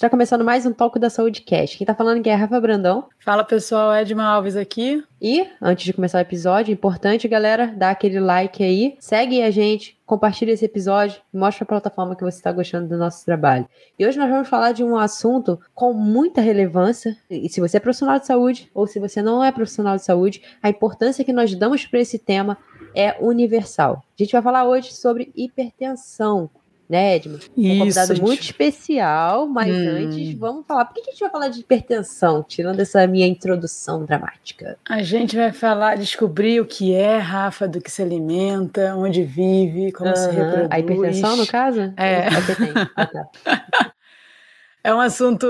Está começando mais um Talk da Saúde Cast. Quem está falando aqui é a Rafa Brandão. Fala pessoal, Edma Alves aqui. E, antes de começar o episódio, importante, galera, dá aquele like aí, segue a gente, compartilha esse episódio, mostra a plataforma que você está gostando do nosso trabalho. E hoje nós vamos falar de um assunto com muita relevância, e se você é profissional de saúde, ou se você não é profissional de saúde, a importância que nós damos para esse tema é universal. A gente vai falar hoje sobre hipertensão. Né, Edma? Um convidado muito especial, mas antes vamos falar. Por que a gente vai falar de hipertensão, tirando essa minha introdução dramática? A gente vai descobrir o que é, Rafa, do que se alimenta, onde vive, como se reproduz. A hipertensão, no caso? É. Tá. É um assunto,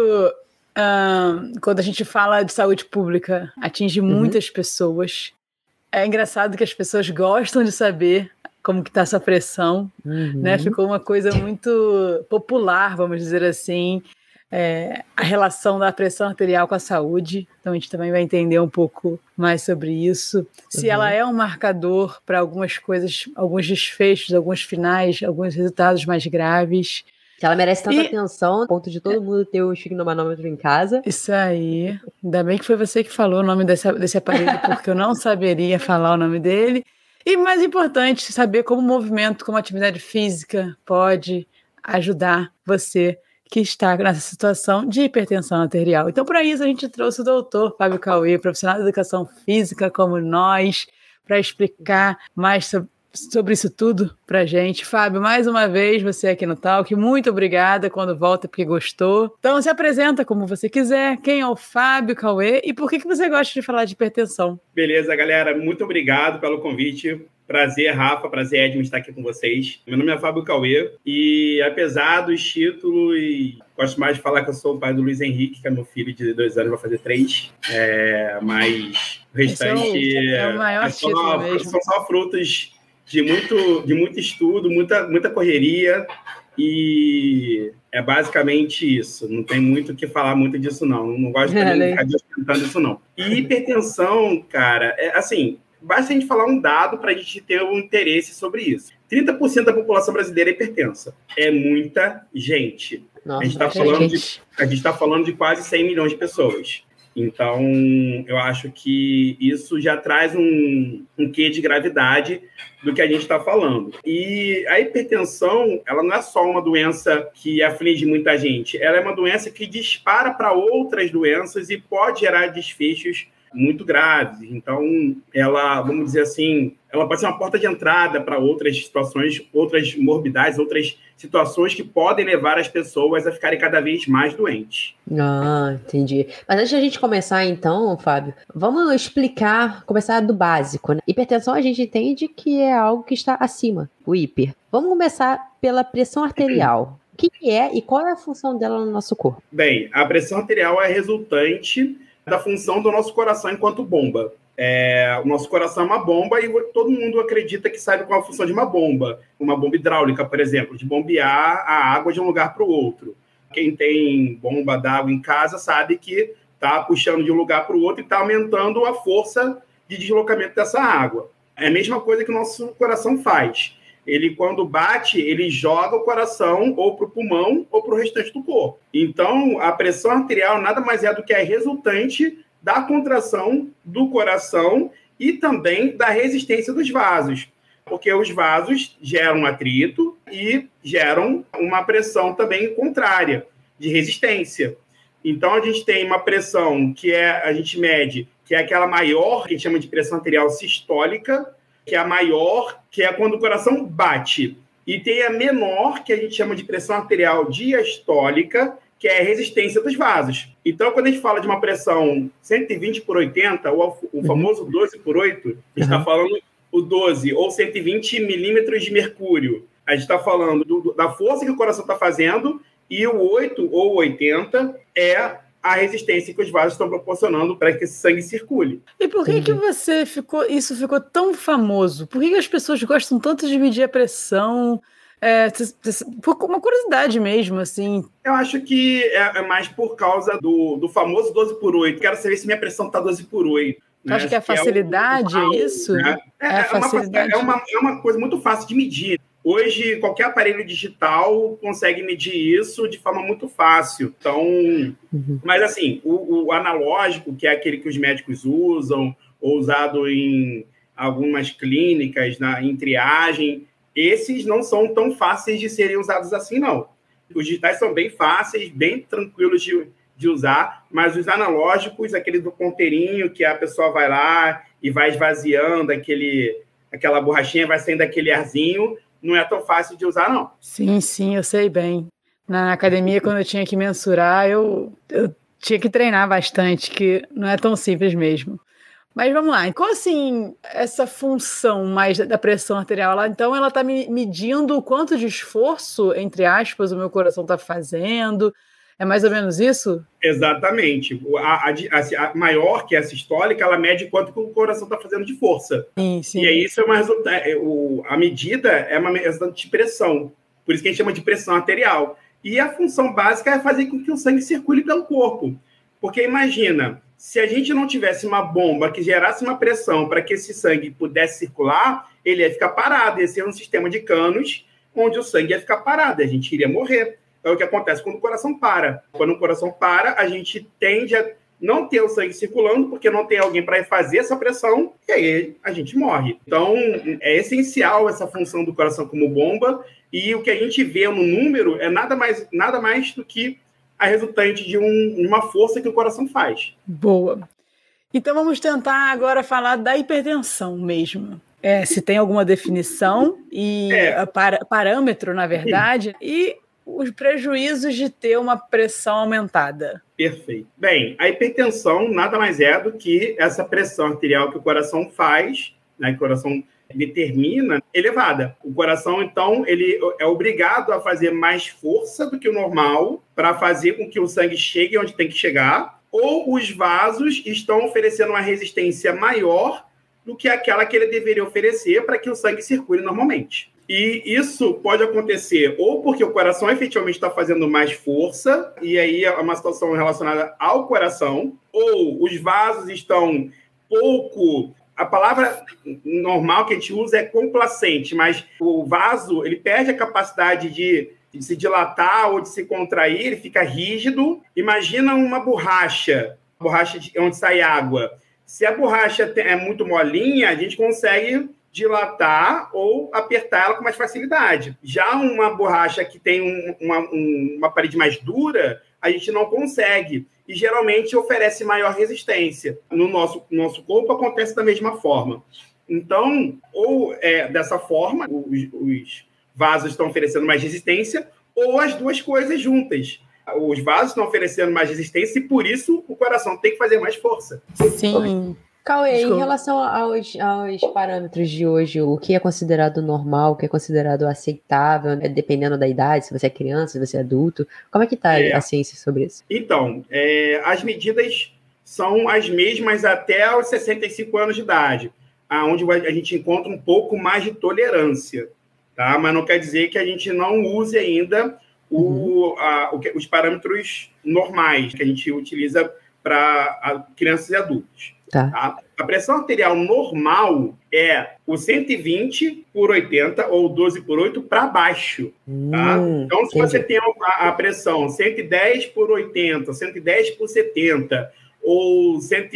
quando a gente fala de saúde pública, atinge muitas pessoas. É engraçado que as pessoas gostam de saber como que está essa pressão, né? Ficou uma coisa muito popular, vamos dizer assim, a relação da pressão arterial com a saúde. Então a gente também vai entender um pouco mais sobre isso. Se ela é um marcador para algumas coisas, alguns desfechos, alguns finais, alguns resultados mais graves. Se ela merece tanta atenção, a ponto de todo mundo ter o esfigmomanômetro em casa. Isso aí. Ainda bem que foi você que falou o nome desse aparelho, porque eu não saberia falar o nome dele. E mais importante, saber como o movimento, como a atividade física pode ajudar você que está nessa situação de hipertensão arterial. Então, para isso, a gente trouxe o doutor Fábio Cauê, profissional de educação física como nós, para explicar mais sobre isso tudo para a gente. Fábio, mais uma vez, você aqui no Talk, muito obrigada quando volta, porque gostou. Então, se apresenta como você quiser, quem é o Fábio Cauê e por que você gosta de falar de hipertensão? Beleza, galera, muito obrigado pelo convite. Prazer, Rafa, prazer, Edma, estar aqui com vocês. Meu nome é Fábio Cauê e, apesar dos títulos, gosto mais de falar que eu sou o pai do Luiz Henrique, que é meu filho de 2 anos, vai fazer 3. Mas o restante é o maior título mesmo. São só frutos de muito estudo, muita correria, e é basicamente isso. Não tem muito o que falar muito disso, não. Não gosto de ficar descontando isso, não. E hipertensão, cara, basta a gente falar um dado para a gente ter um interesse sobre isso. 30% da população brasileira é hipertensa. É muita gente. Nossa, a gente está falando de quase 100 milhões de pessoas. Então, eu acho que isso já traz um quê de gravidade do que a gente está falando. E a hipertensão, ela não é só uma doença que aflige muita gente, ela é uma doença que dispara para outras doenças e pode gerar desfechos muito graves. Então, ela, vamos dizer assim, ela pode ser uma porta de entrada para outras situações, outras morbidades, outras situações que podem levar as pessoas a ficarem cada vez mais doentes. Entendi. Mas antes de a gente começar, então, Fábio, vamos começar do básico, né? Hipertensão a gente entende que é algo que está acima, o hiper. Vamos começar pela pressão arterial. O que é e qual é a função dela no nosso corpo? Bem, a pressão arterial é resultante da função do nosso coração enquanto bomba. O nosso coração é uma bomba e todo mundo acredita que sabe qual é a função de uma bomba hidráulica, por exemplo, de bombear a água de um lugar para o outro. Quem tem bomba d'água em casa sabe que está puxando de um lugar para o outro e está aumentando a força de deslocamento dessa água. É a mesma coisa que o nosso coração faz. Ele, quando bate, ele joga o coração ou para o pulmão ou para o restante do corpo. Então, a pressão arterial nada mais é do que a resultante da contração do coração e também da resistência dos vasos. Porque os vasos geram atrito e geram uma pressão também contrária, de resistência. Então, a gente tem uma pressão que a gente mede, que é aquela maior, que a gente chama de pressão arterial sistólica, que é a maior, que é quando o coração bate. E tem a menor, que a gente chama de pressão arterial diastólica, que é a resistência dos vasos. Então, quando a gente fala de uma pressão 120 por 80, o famoso 12 por 8, a gente está falando o 12, ou 120 milímetros de mercúrio. A gente está falando da força que o coração está fazendo, e o 8 ou 80 é a resistência que os vasos estão proporcionando para que esse sangue circule. E por que isso ficou tão famoso? Por que as pessoas gostam tanto de medir a pressão? Por uma curiosidade mesmo, assim. Eu acho que é mais por causa do famoso 12 por 8. Quero saber se minha pressão está 12 por 8. Né? Acho que é a facilidade, é isso? Né? É uma coisa muito fácil de medir. Hoje, qualquer aparelho digital consegue medir isso de forma muito fácil. Então, mas assim, o analógico, que é aquele que os médicos usam, ou usado em algumas clínicas, em triagem, esses não são tão fáceis de serem usados assim, não. Os digitais são bem fáceis, bem tranquilos de usar, mas os analógicos, aquele do ponteirinho, que a pessoa vai lá e vai esvaziando aquela borrachinha, vai saindo aquele arzinho, não é tão fácil de usar, não. Sim, eu sei bem. Na academia, quando eu tinha que mensurar, eu tinha que treinar bastante, que não é tão simples mesmo. Mas vamos lá, qual assim essa função mais da pressão arterial? Então ela está medindo o quanto de esforço, entre aspas, o meu coração está fazendo? É mais ou menos isso? Exatamente. A maior, que é a sistólica, ela mede quanto que o coração está fazendo de força. Sim. E aí isso é a medida é uma resultante de pressão. Por isso que a gente chama de pressão arterial. E a função básica é fazer com que o sangue circule pelo corpo. Porque imagina, se a gente não tivesse uma bomba que gerasse uma pressão para que esse sangue pudesse circular, ele ia ficar parado, ia ser um sistema de canos onde o sangue ia ficar parado, a gente iria morrer. É o que acontece quando o coração para. Quando o coração para, a gente tende a não ter o sangue circulando, porque não tem alguém para fazer essa pressão, e aí a gente morre. Então, é essencial essa função do coração como bomba, e o que a gente vê no número é nada mais do que a resultante de uma força que o coração faz. Boa. Então vamos tentar agora falar da hipertensão mesmo. Se tem alguma definição e parâmetro, na verdade, e os prejuízos de ter uma pressão aumentada. Perfeito. Bem, a hipertensão nada mais é do que essa pressão arterial que o coração faz, né, que o coração determina, elevada. O coração, então, ele é obrigado a fazer mais força do que o normal para fazer com que o sangue chegue onde tem que chegar, ou os vasos estão oferecendo uma resistência maior do que aquela que ele deveria oferecer para que o sangue circule normalmente. E isso pode acontecer ou porque o coração efetivamente está fazendo mais força, e aí é uma situação relacionada ao coração, ou os vasos estão pouco... A palavra normal que a gente usa é complacente, mas o vaso ele perde a capacidade de se dilatar ou de se contrair, ele fica rígido. Imagina uma borracha onde sai água. Se a borracha é muito molinha, a gente consegue dilatar ou apertar ela com mais facilidade. Já uma borracha que tem uma parede mais dura, a gente não consegue. E geralmente oferece maior resistência. No nosso corpo acontece da mesma forma. Então, ou dessa forma, os vasos estão oferecendo mais resistência, ou as duas coisas juntas. Os vasos estão oferecendo mais resistência e, por isso, o coração tem que fazer mais força. Sim. Cauê, em relação aos parâmetros de hoje, o que é considerado normal, o que é considerado aceitável, né, dependendo da idade, se você é criança, se você é adulto, como é que está a ciência sobre isso? Então, as medidas são as mesmas até os 65 anos de idade, onde a gente encontra um pouco mais de tolerância, tá? Mas não quer dizer que a gente não use ainda os parâmetros normais que a gente utiliza para crianças e adultos. Tá? A pressão arterial normal é o 120/80 ou 12/8 para baixo. Tá? Então, se você tem a pressão 110/80, 110/70 ou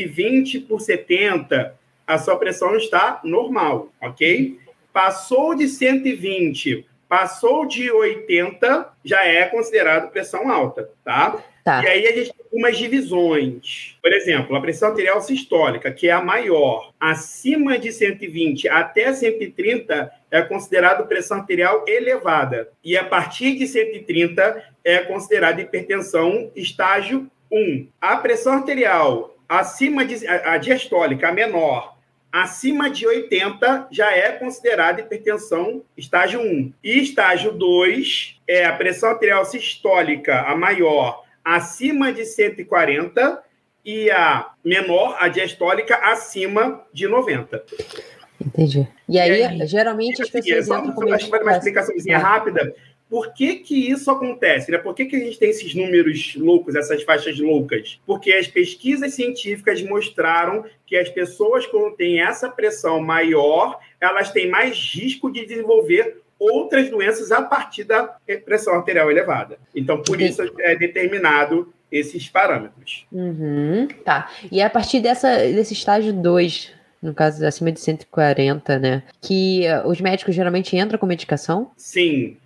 120/70, a sua pressão está normal, ok? Passou de 120, passou de 80, já é considerado pressão alta, tá? E aí a gente tem algumas divisões. Por exemplo, a pressão arterial sistólica, que é a maior, acima de 120 até 130 é considerado pressão arterial elevada. E a partir de 130 é considerada hipertensão estágio 1. A pressão arterial a diastólica, a menor, acima de 80 já é considerada hipertensão estágio 1. E estágio 2 é a pressão arterial sistólica, a maior, acima de 140 e a menor, a diastólica, acima de 90. Entendi. E aí geralmente as pessoas entram com acho que vai dar uma explicaçãozinha rápida. Por que isso acontece? Né? Por que a gente tem esses números loucos, essas faixas loucas? Porque as pesquisas científicas mostraram que as pessoas, quando têm essa pressão maior, elas têm mais risco de desenvolver outras doenças a partir da pressão arterial elevada. Então, por isso é determinado esses parâmetros. Tá. E a partir desse estágio 2, no caso acima de 140, né, que os médicos geralmente entram com medicação? Sim.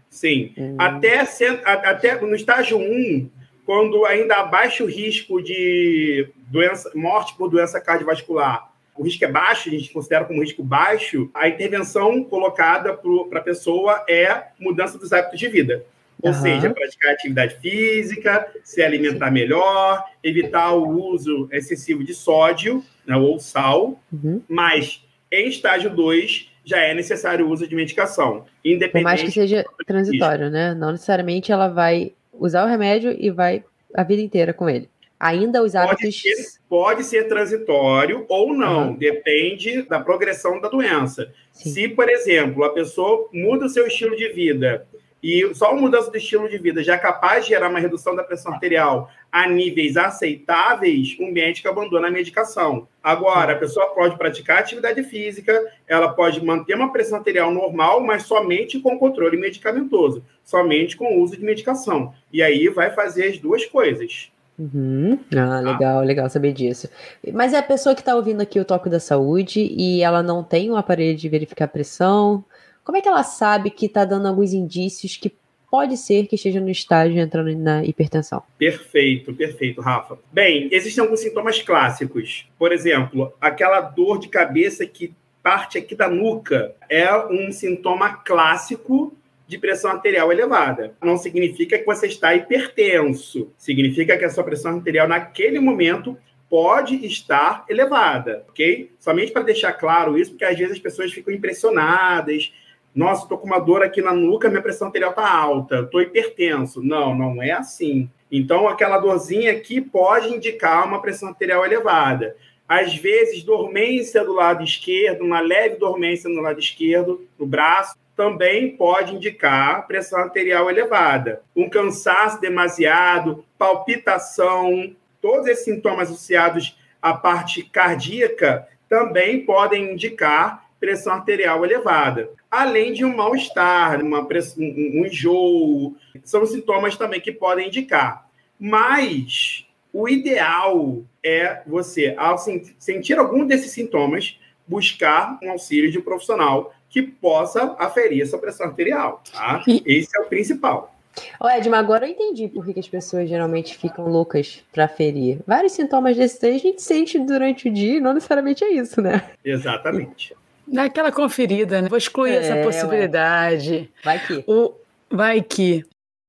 Até no estágio 1, quando ainda há baixo risco de morte por doença cardiovascular, o risco é baixo, a gente considera como risco baixo, a intervenção colocada para a pessoa é mudança dos hábitos de vida. Ou seja, praticar atividade física, se alimentar melhor, evitar o uso excessivo de sódio, né, ou sal, mas em estágio 2 já é necessário o uso de medicação. Por mais que seja transitório, né? Não necessariamente ela vai usar o remédio e vai a vida inteira com ele. Ainda os hábitos... Pode ser transitório ou não, depende da progressão da doença. Sim. Se, por exemplo, a pessoa muda o seu estilo de vida e só a mudança do estilo de vida já é capaz de gerar uma redução da pressão arterial a níveis aceitáveis, o médico abandona a medicação. Agora, a pessoa pode praticar atividade física, ela pode manter uma pressão arterial normal, mas somente com controle medicamentoso, somente com o uso de medicação. E aí vai fazer as duas coisas. Legal saber disso. Mas é a pessoa que está ouvindo aqui o Toque da Saúde e ela não tem um aparelho de verificar a pressão. Como é que ela sabe que está dando alguns indícios que pode ser que esteja no estágio entrando na hipertensão? Perfeito, Rafa. Bem, existem alguns sintomas clássicos. Por exemplo, aquela dor de cabeça que parte aqui da nuca é um sintoma clássico de pressão arterial elevada. Não significa que você está hipertenso. Significa que a sua pressão arterial, naquele momento, pode estar elevada, ok? Somente para deixar claro isso, porque às vezes as pessoas ficam impressionadas. Nossa, estou com uma dor aqui na nuca, minha pressão arterial está alta, estou hipertenso. Não é assim. Então, aquela dorzinha aqui pode indicar uma pressão arterial elevada. Às vezes, dormência do lado esquerdo, uma leve dormência no lado esquerdo, no braço, também pode indicar pressão arterial elevada. Um cansaço demasiado, palpitação, todos esses sintomas associados à parte cardíaca também podem indicar pressão arterial elevada. Além de um mal-estar, um enjoo, são sintomas também que podem indicar. Mas o ideal é você, ao sentir algum desses sintomas, buscar um auxílio de um profissional que possa aferir essa pressão arterial. Tá? Esse é o principal. Edma, agora eu entendi por que as pessoas geralmente ficam loucas para aferir. Vários sintomas desses aí a gente sente durante o dia e não necessariamente é isso, né? Exatamente. Dá aquela conferida, né? Vou excluir essa possibilidade. Vai que.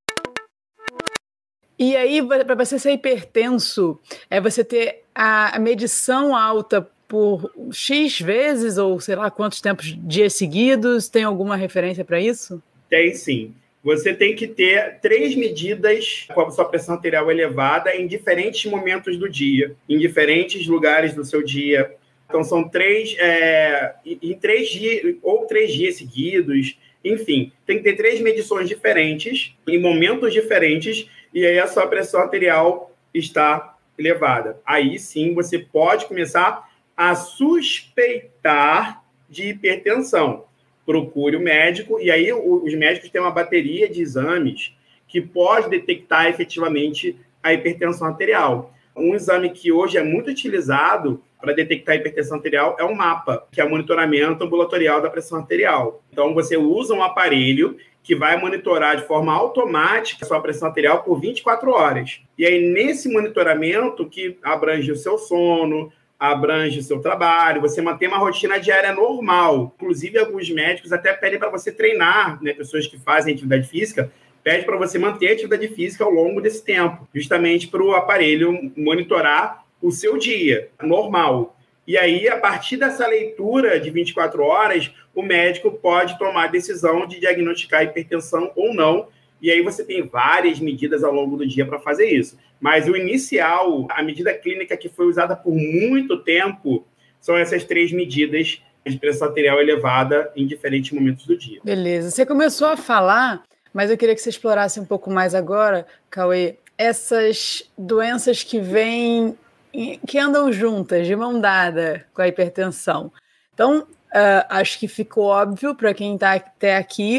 E aí, para você ser hipertenso, é você ter a medição alta por X vezes, ou sei lá quantos dias seguidos? Tem alguma referência para isso? Tem sim. Você tem que ter 3 medidas com a sua pressão arterial elevada em diferentes momentos do dia, em diferentes lugares do seu dia. Então, são 3 em 3 dias, ou 3 dias seguidos. Enfim, tem que ter 3 medições diferentes, em momentos diferentes, e aí a sua pressão arterial está elevada. Aí sim, você pode começar a suspeitar de hipertensão. Procure o médico, e aí os médicos têm uma bateria de exames que pode detectar efetivamente a hipertensão arterial. Um exame que hoje é muito utilizado para detectar a hipertensão arterial é o MAPA, que é o monitoramento ambulatorial da pressão arterial. Então, você usa um aparelho que vai monitorar de forma automática a sua pressão arterial por 24 horas. E aí, nesse monitoramento, que abrange o seu sono, abrange o seu trabalho, você mantém uma rotina diária normal. Inclusive, alguns médicos até pedem para você treinar, né? Pessoas que fazem atividade física, pede para você manter a atividade física ao longo desse tempo, justamente para o aparelho monitorar o seu dia normal. E aí, a partir dessa leitura de 24 horas, o médico pode tomar a decisão de diagnosticar hipertensão ou não. E aí você tem várias medidas ao longo do dia para fazer isso. Mas o inicial, a medida clínica que foi usada por muito tempo, são essas 3 medidas de pressão arterial elevada em diferentes momentos do dia. Beleza. Você começou a falar, mas eu queria que você explorasse um pouco mais agora, Cauê, essas doenças que andam juntas, de mão dada com a hipertensão. Então, acho que ficou óbvio para quem está até aqui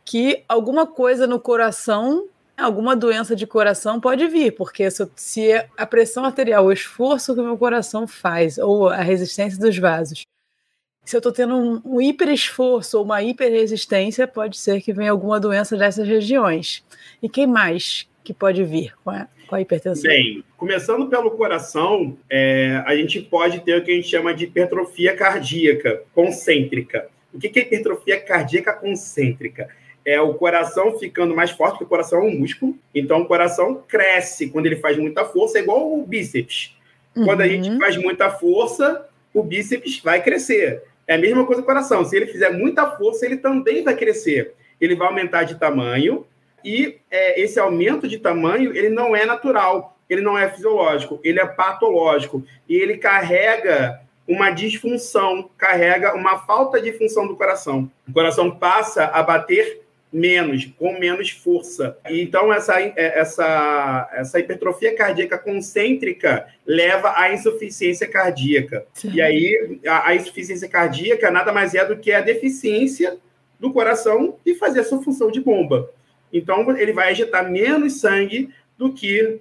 que alguma coisa no coração, alguma doença de coração pode vir, porque se a pressão arterial, o esforço que o meu coração faz, ou a resistência dos vasos, se eu estou tendo um hiperesforço ou uma hiperresistência, pode ser que venha alguma doença dessas regiões. E quem mais que pode vir com a hipertensão? Bem, começando pelo coração, a gente pode ter o que a gente chama de hipertrofia cardíaca concêntrica. O que é hipertrofia cardíaca concêntrica? É o coração ficando mais forte, porque o coração é um músculo. Então, o coração cresce quando ele faz muita força, é igual o bíceps. Quando a gente faz muita força, o bíceps vai crescer. É a mesma coisa com o coração. Se ele fizer muita força, ele também vai crescer. Ele vai aumentar de tamanho e esse aumento de tamanho, ele não é natural, ele não é fisiológico, ele é patológico. E ele carrega uma disfunção, carrega uma falta de função do coração. O coração passa a bater menos, com menos força. Então, essa hipertrofia cardíaca concêntrica leva à insuficiência cardíaca. Sim. E aí, a insuficiência cardíaca nada mais é do que a deficiência do coração de fazer a sua função de bomba. Então, ele vai ejetar menos sangue do que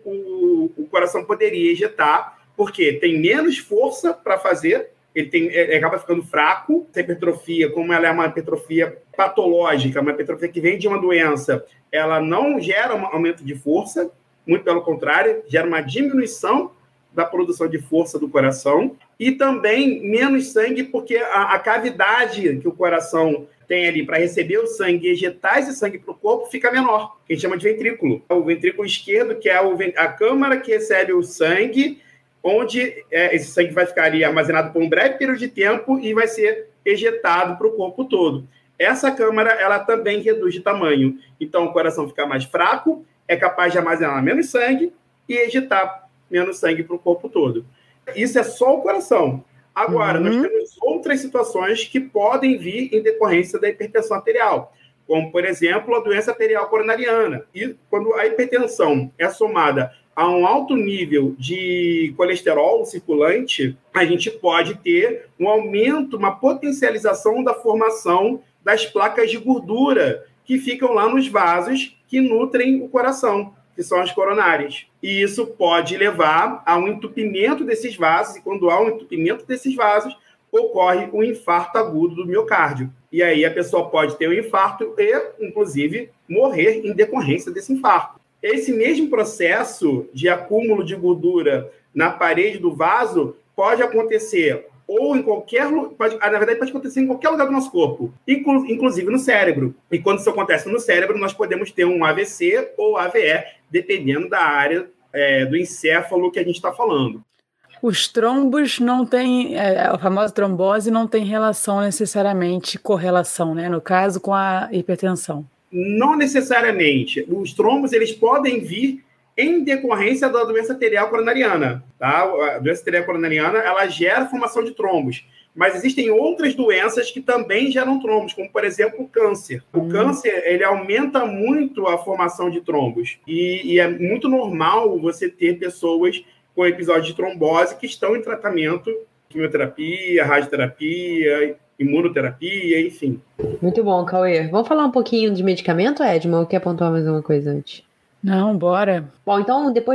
o coração poderia ejetar, porque tem menos força para fazer, ele acaba ficando fraco. Essa hipertrofia, como ela é uma hipertrofia patológica, uma hipertrofia que vem de uma doença, ela não gera um aumento de força, muito pelo contrário, gera uma diminuição da produção de força do coração e também menos sangue, porque a cavidade que o coração tem ali para receber o sangue e ejetar esse sangue para o corpo fica menor, que a gente chama de ventrículo. O ventrículo esquerdo, que é a câmara que recebe o sangue, onde esse sangue vai ficar ali armazenado por um breve período de tempo e vai ser ejetado para o corpo todo. Essa câmara, ela também reduz de tamanho. Então, o coração fica mais fraco, é capaz de armazenar menos sangue e ejetar menos sangue para o corpo todo. Isso é só o coração. Agora, nós temos outras situações que podem vir em decorrência da hipertensão arterial, como, por exemplo, a doença arterial coronariana. E quando a hipertensão é somada a um alto nível de colesterol circulante, a gente pode ter um aumento, uma potencialização da formação das placas de gordura que ficam lá nos vasos que nutrem o coração, que são as coronárias. E isso pode levar a um entupimento desses vasos, e quando há um entupimento desses vasos, ocorre um infarto agudo do miocárdio. E aí a pessoa pode ter um infarto e, inclusive, morrer em decorrência desse infarto. Esse mesmo processo de acúmulo de gordura na parede do vaso pode acontecer ou em qualquer lugar, na verdade pode acontecer em qualquer lugar do nosso corpo, inclusive no cérebro. E quando isso acontece no cérebro, nós podemos ter um AVC ou AVE, dependendo da área do encéfalo que a gente está falando. Os trombos não têm, a famosa trombose não tem relação necessariamente, correlação, né? No caso, com a hipertensão. Não necessariamente. Os trombos, eles podem vir em decorrência da doença arterial coronariana. Tá? A doença arterial coronariana, ela gera formação de trombos. Mas existem outras doenças que também geram trombos, como, por exemplo, o câncer. O câncer, ele aumenta muito a formação de trombos. E é muito normal você ter pessoas com episódio de trombose que estão em tratamento, quimioterapia, radioterapia, imunoterapia, enfim. Muito bom, Cauê. Vamos falar um pouquinho de medicamento, Edma? Ou quer pontuar mais uma coisa antes? Não, bora. Bom, então, depois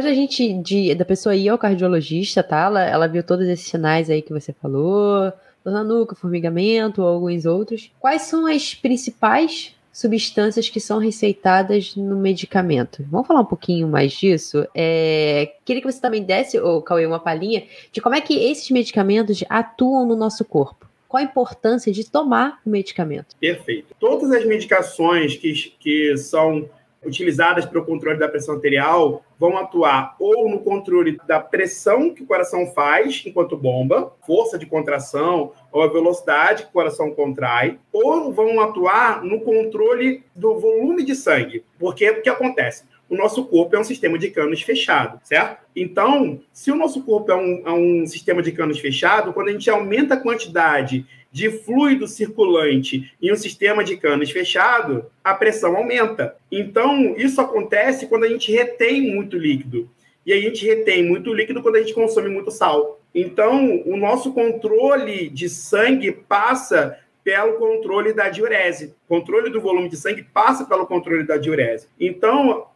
da pessoa ir ao cardiologista, tá? Ela viu todos esses sinais aí que você falou, dor na nuca, formigamento, ou alguns outros. Quais são as principais substâncias que são receitadas no medicamento? Vamos falar um pouquinho mais disso? Queria que você também desse, Cauê, uma palhinha de como é que esses medicamentos atuam no nosso corpo. Qual a importância de tomar o medicamento? Perfeito. Todas as medicações que são utilizadas para o controle da pressão arterial vão atuar ou no controle da pressão que o coração faz enquanto bomba, força de contração ou a velocidade que o coração contrai, ou vão atuar no controle do volume de sangue. Porque o que acontece? O nosso corpo é um sistema de canos fechado, certo? Então, se o nosso corpo é um sistema de canos fechado, quando a gente aumenta a quantidade de fluido circulante em um sistema de canos fechado, a pressão aumenta. Então, isso acontece quando a gente retém muito líquido. E a gente retém muito líquido quando a gente consome muito sal. Então, o nosso controle de sangue passa pelo controle da diurese. O controle do volume de sangue passa pelo controle da diurese. Então,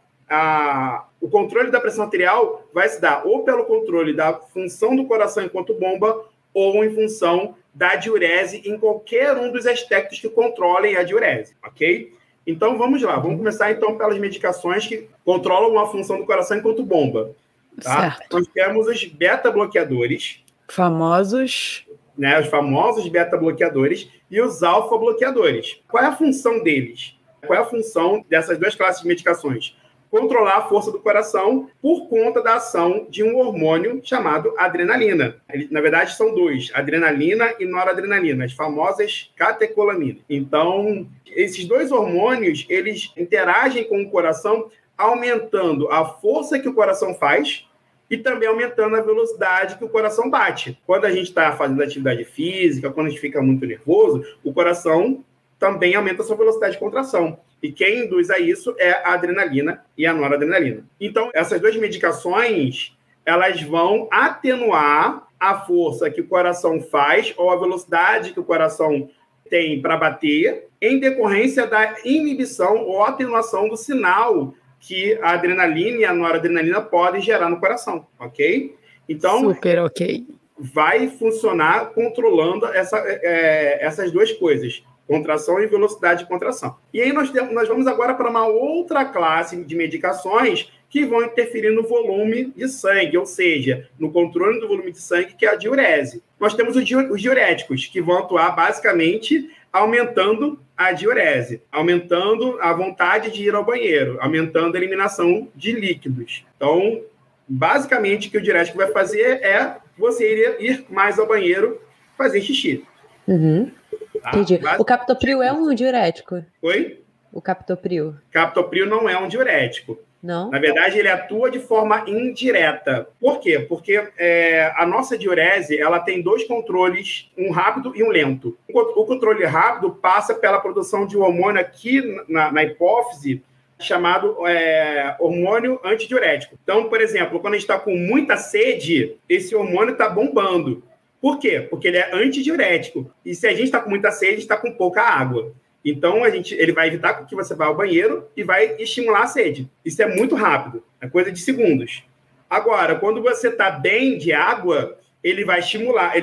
o controle da pressão arterial vai se dar ou pelo controle da função do coração enquanto bomba ou em função da diurese em qualquer um dos aspectos que controlem a diurese, ok? Então, vamos lá. Vamos começar, então, pelas medicações que controlam a função do coração enquanto bomba. Tá? Nós temos os beta-bloqueadores. Famosos. Né, os famosos beta-bloqueadores e os alfa-bloqueadores. Qual é a função deles? Qual é a função dessas duas classes de medicações? Controlar a força do coração por conta da ação de um hormônio chamado adrenalina. Na verdade, são dois, adrenalina e noradrenalina, as famosas catecolaminas. Então, esses dois hormônios, eles interagem com o coração, aumentando a força que o coração faz e também aumentando a velocidade que o coração bate. Quando a gente está fazendo atividade física, quando a gente fica muito nervoso, o coração também aumenta a sua velocidade de contração. E quem induz a isso é a adrenalina e a noradrenalina. Então, essas duas medicações, elas vão atenuar a força que o coração faz ou a velocidade que o coração tem para bater em decorrência da inibição ou atenuação do sinal que a adrenalina e a noradrenalina podem gerar no coração, ok? Então, super ok. Vai funcionar controlando essas duas coisas, contração e velocidade de contração. E aí nós vamos agora para uma outra classe de medicações que vão interferir no volume de sangue, ou seja, no controle do volume de sangue, que é a diurese. Nós temos os diuréticos, que vão atuar basicamente aumentando a diurese, aumentando a vontade de ir ao banheiro, aumentando a eliminação de líquidos. Então, basicamente, o que o diurético vai fazer é você ir mais ao banheiro fazer xixi. Uhum. Tá? Entendi. O captopril é um diurético? Oi? O captopril? Captopril não é um diurético. Não? Na verdade, ele atua de forma indireta. Por quê? Porque a nossa diurese ela tem dois controles, um rápido e um lento. O controle rápido passa pela produção de um hormônio aqui na hipófise, chamado hormônio antidiurético. Então, por exemplo, quando a gente está com muita sede, esse hormônio está bombando. Por quê? Porque ele é antidiurético. E se a gente está com muita sede, a gente está com pouca água. Então, ele vai evitar que você vá ao banheiro e vai estimular a sede. Isso é muito rápido, é coisa de segundos. Agora, quando você está bem de água, ele vai estimular,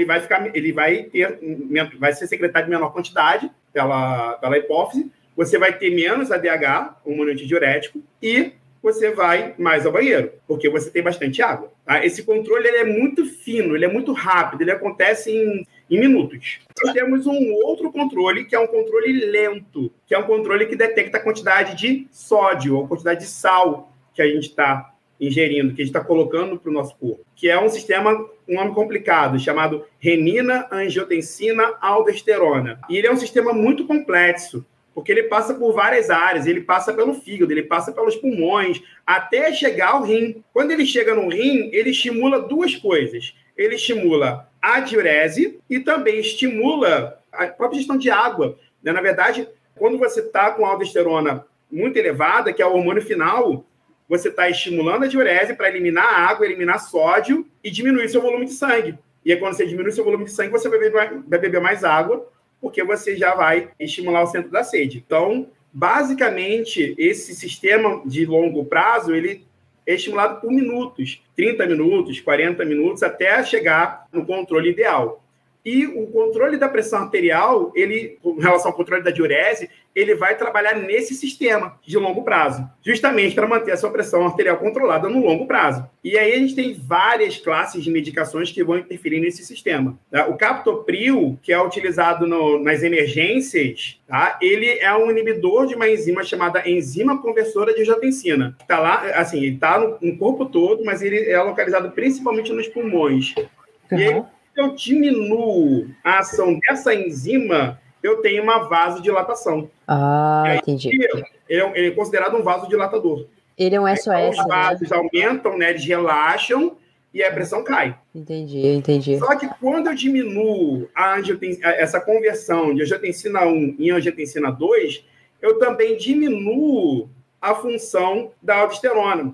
vai ser secretado em menor quantidade pela hipófise, você vai ter menos ADH, hormônio antidiurético, e você vai mais ao banheiro, porque você tem bastante água. Tá? Esse controle ele é muito fino, ele é muito rápido, ele acontece em minutos. Nós temos um outro controle, que é um controle lento, que é um controle que detecta a quantidade de sódio, ou a quantidade de sal que a gente está ingerindo, que a gente está colocando para o nosso corpo, que é um sistema, um nome complicado, chamado renina, angiotensina, aldosterona. E ele é um sistema muito complexo, porque ele passa por várias áreas, ele passa pelo fígado, ele passa pelos pulmões, até chegar ao rim. Quando ele chega no rim, ele estimula duas coisas. Ele estimula a diurese e também estimula a própria gestão de água. Na verdade, quando você está com a aldosterona muito elevada, que é o hormônio final, você está estimulando a diurese para eliminar a água, eliminar sódio e diminuir seu volume de sangue. E aí, quando você diminui seu volume de sangue, você vai beber mais água, porque você já vai estimular o centro da sede. Então, basicamente, esse sistema de longo prazo, ele é estimulado por minutos, 30 minutos, 40 minutos, até chegar no controle ideal. E o controle da pressão arterial, ele, em relação ao controle da diurese, ele vai trabalhar nesse sistema de longo prazo, justamente para manter a sua pressão arterial controlada no longo prazo. E aí a gente tem várias classes de medicações que vão interferir nesse sistema. Tá? O captopril, que é utilizado nas emergências, tá? Ele é um inibidor de uma enzima chamada enzima conversora de angiotensina. Está lá, assim, ele está no corpo todo, mas ele é localizado principalmente nos pulmões. Uhum. E aí, se eu diminuo a ação dessa enzima, eu tenho uma vasodilatação. Ah, entendi. Ele é considerado um vasodilatador. Ele é um SOS, então, os vasos aumentam, né, eles relaxam e a pressão cai. Entendi. Só que quando eu diminuo essa conversão de angiotensina 1 em angiotensina 2, eu também diminuo a função da aldosterona.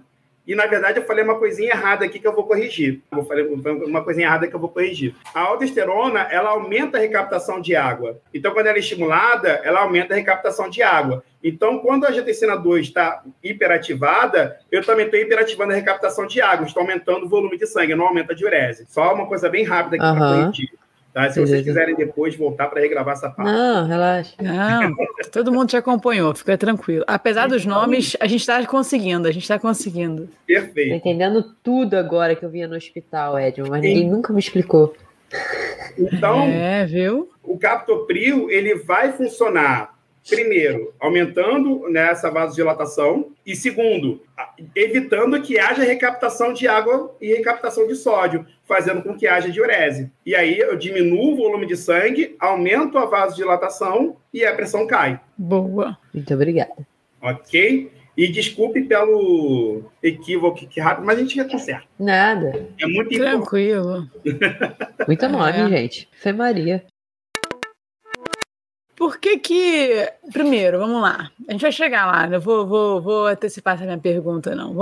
E, na verdade, eu falei uma coisinha errada aqui que eu vou corrigir. Eu falei uma coisinha errada que eu vou corrigir. A aldosterona, ela aumenta a recaptação de água. Então, quando ela é estimulada, ela aumenta a recaptação de água. Então, quando a angiotensina 2 está hiperativada, eu também estou hiperativando a recaptação de água. Estou aumentando o volume de sangue, não aumenta a diurese. Só uma coisa bem rápida aqui para corrigir. Tá? Se vocês quiserem depois voltar para regravar essa parte. Não, relaxa. Não, todo mundo te acompanhou, fica tranquilo. Apesar dos nomes, a gente está conseguindo, Perfeito. Tô entendendo tudo agora que eu via no hospital, Edson, mas ninguém nunca me explicou. Então, viu? O captopril, ele vai funcionar, primeiro, aumentando essa vasodilatação, e segundo, evitando que haja recaptação de água e recaptação de sódio, fazendo com que haja diurese. E aí eu diminuo o volume de sangue, aumento a vasodilatação e a pressão cai. Boa. Muito obrigada. Ok? E desculpe pelo equívoco que rápido, mas a gente já tá certo. Nada. É muito tranquilo. Muito nome, gente. Fé Maria. Por que... Primeiro, vamos lá. A gente vai chegar lá. Eu vou antecipar essa minha pergunta, não.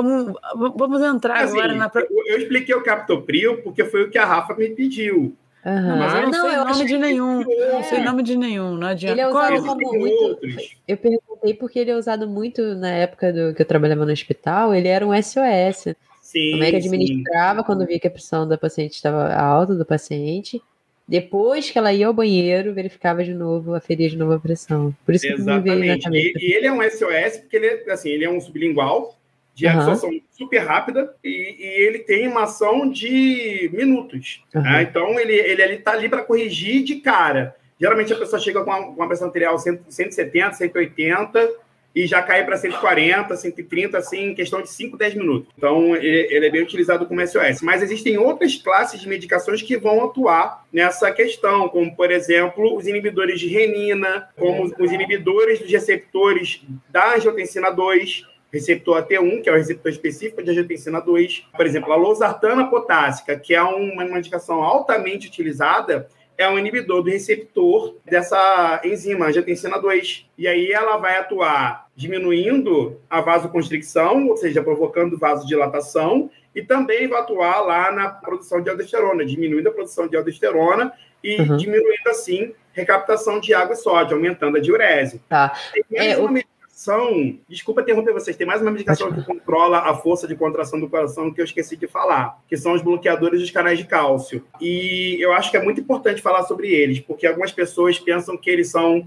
Vamos entrar assim, agora na... Eu expliquei o captopril porque foi o que a Rafa me pediu. Mas eu não sei nome de nenhum. Não sei nome de nenhum. Não adianta. Ele é usado como muito... Eu perguntei porque ele é usado muito na época que eu trabalhava no hospital. Ele era um SOS. Sim, como é que administrava quando via que a pressão da paciente estava alta do paciente. Depois que ela ia ao banheiro, verificava de novo, aferia de novo a pressão. Por isso que me veio na cabeça. E ele é um SOS porque ele é um sublingual de absorção super rápida e ele tem uma ação de minutos. Né? Então, ele está ali para corrigir de cara. Geralmente, a pessoa chega com uma pressão arterial 170, 180 e já cai para 140, 130, assim, em questão de 5, 10 minutos. Então, ele é bem utilizado como SOS. Mas existem outras classes de medicações que vão atuar nessa questão, como, por exemplo, os inibidores de renina, como os inibidores dos receptores da angiotensina 2, receptor AT1, que é o receptor específico de angiotensina 2. Por exemplo, a losartana potássica, que é uma medicação altamente utilizada, é um inibidor do receptor dessa enzima, angiotensina 2. E aí ela vai atuar diminuindo a vasoconstricção, ou seja, provocando vasodilatação, e também vai atuar lá na produção de aldosterona, diminuindo a produção de aldosterona e diminuindo, assim, recaptação de água e sódio, aumentando a diurese. Tá. Tem mais uma medicação, desculpa interromper vocês, tem mais uma medicação que controla a força de contração do coração que eu esqueci de falar, que são os bloqueadores dos canais de cálcio. E eu acho que é muito importante falar sobre eles, porque algumas pessoas pensam que eles são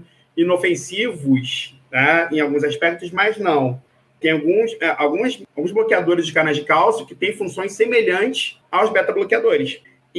inofensivos, né, em alguns aspectos, mas não. Tem alguns bloqueadores de canais de cálcio que têm funções semelhantes aos beta-bloqueadores.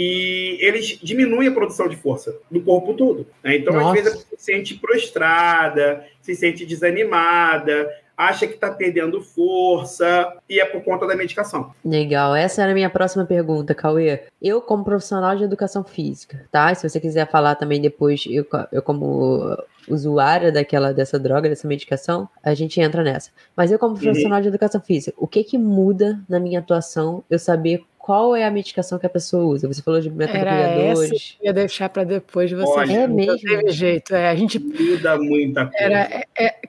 E eles diminuem a produção de força do corpo todo. Né? Então, às vezes, a pessoa se sente prostrada, se sente desanimada, acha que está perdendo força, e é por conta da medicação. Legal. Essa era a minha próxima pergunta, Cauê. Eu, como profissional de educação física, tá? Se você quiser falar também depois, eu como usuária dessa droga, dessa medicação, a gente entra nessa. Mas eu, como profissional de educação física, o que muda na minha atuação eu saber qual é a medicação que a pessoa usa? Você falou de beta-bloqueadores. Essa que eu ia deixar para depois de você. É mesmo? Não teve jeito. A gente muda muita coisa.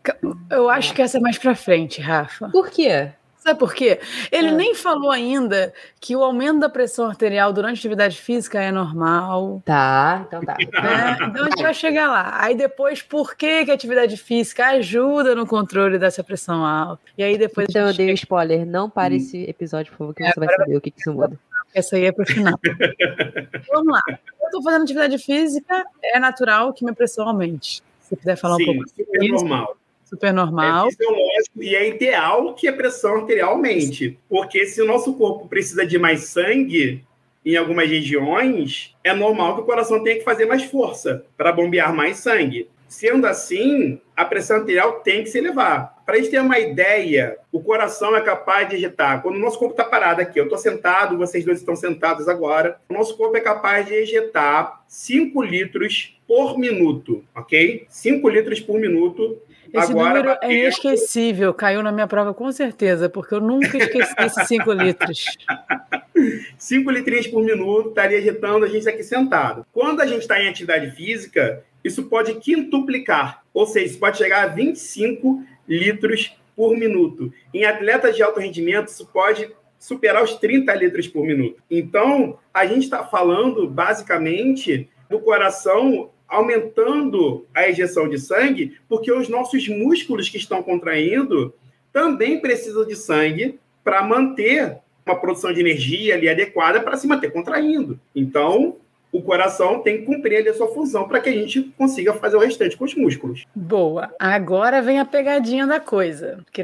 Eu acho que essa é mais para frente, Rafa. Por quê? Sabe por quê? Ele nem falou ainda que o aumento da pressão arterial durante a atividade física é normal. Tá, então tá. Então a gente vai chegar lá. Aí depois, por que a atividade física ajuda no controle dessa pressão alta? E aí depois. Então eu dei um spoiler. Não pare esse episódio, por favor, que você vai saber o que isso muda. Essa aí é pro final. Vamos lá. Eu tô fazendo atividade física, é natural que minha pressão aumente. Se você puder falar um pouco. Super normal. Super normal. É fisiológico e é ideal que a pressão arterial aumente, porque se o nosso corpo precisa de mais sangue em algumas regiões, é normal que o coração tenha que fazer mais força para bombear mais sangue. Sendo assim, a pressão arterial tem que se elevar. Para a gente ter uma ideia, o coração é capaz de ejetar. Quando o nosso corpo está parado aqui, eu estou sentado, vocês dois estão sentados agora, o nosso corpo é capaz de ejetar 5 litros por minuto, ok? 5 litros por minuto. Esse número é inesquecível, caiu na minha prova com certeza, porque eu nunca esqueci esses 5 litros. 5 litrinhos por minuto, estaria ejetando a gente aqui sentado. Quando a gente está em atividade física, isso pode quintuplicar, ou seja, isso pode chegar a 25 litros por minuto. Em atletas de alto rendimento, isso pode superar os 30 litros por minuto. Então, a gente está falando, basicamente, do coração aumentando a ejeção de sangue, porque os nossos músculos que estão contraindo também precisam de sangue para manter uma produção de energia ali adequada para se manter contraindo. Então, o coração tem que cumprir ali a sua função para que a gente consiga fazer o restante com os músculos. Boa. Agora vem a pegadinha da coisa, que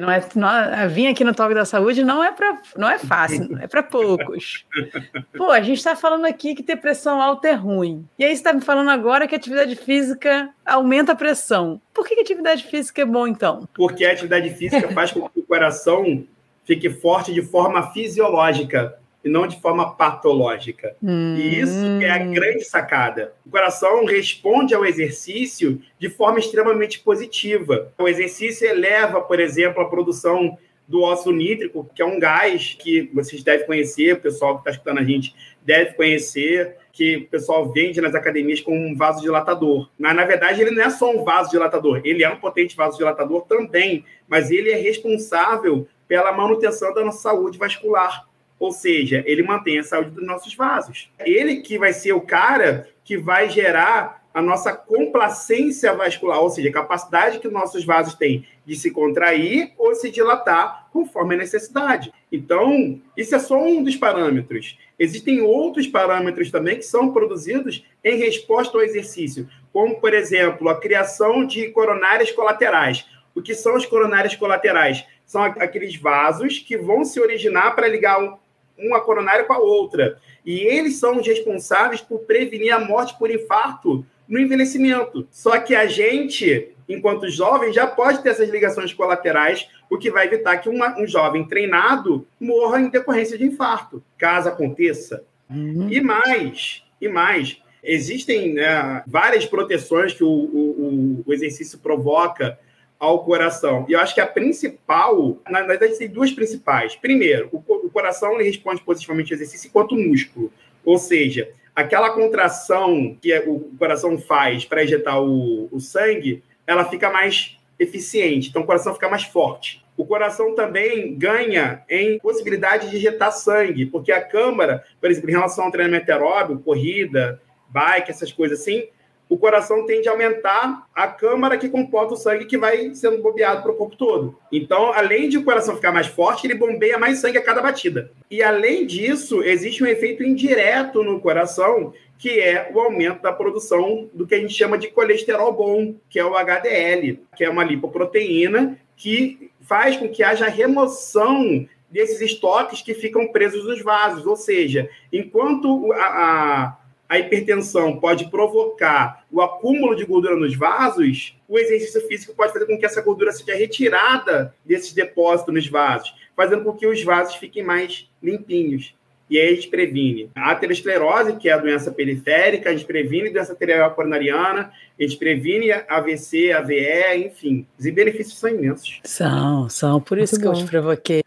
vir aqui no Talk da Saúde não é fácil, é para poucos. Pô, a gente está falando aqui que ter pressão alta é ruim. E aí você está me falando agora que a atividade física aumenta a pressão. Por que a atividade física é bom, então? Porque a atividade física faz com que o coração fique forte de forma fisiológica e não de forma patológica. E isso é a grande sacada. O coração responde ao exercício de forma extremamente positiva. O exercício eleva, por exemplo, a produção do óxido nítrico, que é um gás que vocês devem conhecer, o pessoal que está escutando a gente deve conhecer, que o pessoal vende nas academias como um vasodilatador. Mas, na verdade, ele não é só um vasodilatador, ele é um potente vasodilatador também, mas ele é responsável pela manutenção da nossa saúde vascular. Ou seja, ele mantém a saúde dos nossos vasos. Ele que vai ser o cara que vai gerar a nossa complacência vascular, ou seja, a capacidade que os nossos vasos têm de se contrair ou se dilatar conforme a necessidade. Então, isso é só um dos parâmetros. Existem outros parâmetros também que são produzidos em resposta ao exercício, como, por exemplo, a criação de coronárias colaterais. O que são as coronárias colaterais? São aqueles vasos que vão se originar para ligar uma coronária com a outra. E eles são os responsáveis por prevenir a morte por infarto no envelhecimento. Só que a gente, enquanto jovem, já pode ter essas ligações colaterais, o que vai evitar que um jovem treinado morra em decorrência de infarto, caso aconteça. E mais, existem várias proteções que o exercício provoca ao coração. E eu acho que a principal, na verdade, tem duas principais. Primeiro, o coração ele responde positivamente ao exercício enquanto músculo. Ou seja, aquela contração que o coração faz para ejetar o sangue, ela fica mais eficiente. Então, o coração fica mais forte. O coração também ganha em possibilidade de ejetar sangue, porque a câmara, por exemplo, em relação ao treinamento aeróbico, corrida, bike, essas coisas assim, o coração tende a aumentar a câmara que comporta o sangue que vai sendo bombeado para o corpo todo. Então, além de o coração ficar mais forte, ele bombeia mais sangue a cada batida. E, além disso, existe um efeito indireto no coração, que é o aumento da produção do que a gente chama de colesterol bom, que é o HDL, que é uma lipoproteína que faz com que haja remoção desses estoques que ficam presos nos vasos. Ou seja, enquanto a hipertensão pode provocar o acúmulo de gordura nos vasos, o exercício físico pode fazer com que essa gordura seja retirada desses depósitos nos vasos, fazendo com que os vasos fiquem mais limpinhos. E aí a gente previne a aterosclerose, que é a doença periférica, a gente previne a doença arterial coronariana, a gente previne AVC, AVE, enfim. Os benefícios são imensos. São. Por isso que eu te provoquei.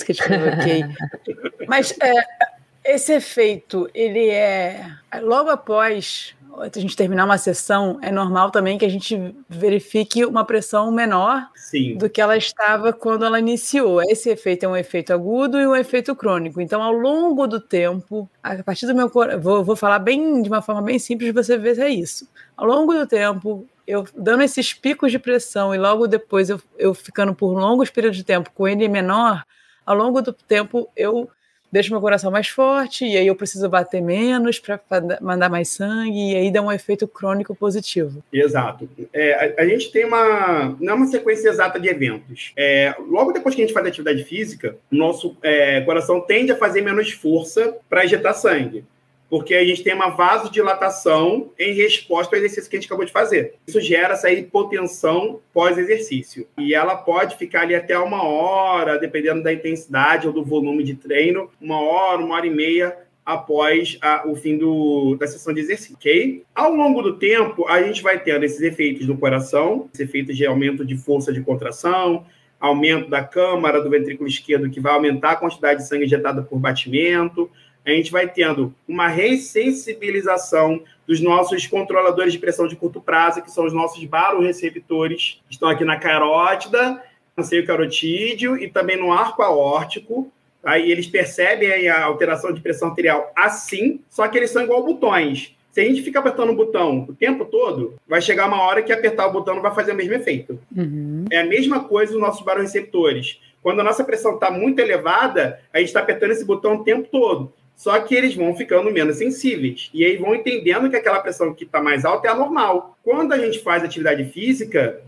Mas esse efeito, ele é... Logo após a gente terminar uma sessão, é normal também que a gente verifique uma pressão menor do que ela estava quando ela iniciou. Esse efeito é um efeito agudo e um efeito crônico. Então, ao longo do tempo, a partir do meu... Vou falar de uma forma bem simples, você vê se é isso. Ao longo do tempo, eu dando esses picos de pressão e logo depois eu ficando por longos períodos de tempo com ele menor, ao longo do tempo eu deixo meu coração mais forte, e aí eu preciso bater menos para mandar mais sangue, e aí dá um efeito crônico positivo. Exato. A gente tem não é uma sequência exata de eventos. Logo depois que a gente faz atividade física, o nosso coração tende a fazer menos força para ejetar sangue, porque a gente tem uma vasodilatação em resposta ao exercício que a gente acabou de fazer. Isso gera essa hipotensão pós-exercício. E ela pode ficar ali até 1 hora, dependendo da intensidade ou do volume de treino, 1 hora, 1h30 após o fim da sessão de exercício, ok? Ao longo do tempo, a gente vai tendo esses efeitos no coração, esses efeitos de aumento de força de contração, aumento da câmara do ventrículo esquerdo, que vai aumentar a quantidade de sangue injetada por batimento. A gente vai tendo uma ressensibilização dos nossos controladores de pressão de curto prazo, que são os nossos barorreceptores, que estão aqui na carótida no seio carotídeo e também no arco aórtico. Aí eles percebem a alteração de pressão arterial assim, só que eles são igual botões. Se a gente fica apertando o botão o tempo todo, vai chegar uma hora que apertar o botão não vai fazer o mesmo efeito. É a mesma coisa nos nossos baroreceptores. Quando a nossa pressão está muito elevada, a gente está apertando esse botão o tempo todo. Só que eles vão ficando menos sensíveis. E aí vão entendendo que aquela pressão que está mais alta é a normal. Quando a gente faz atividade física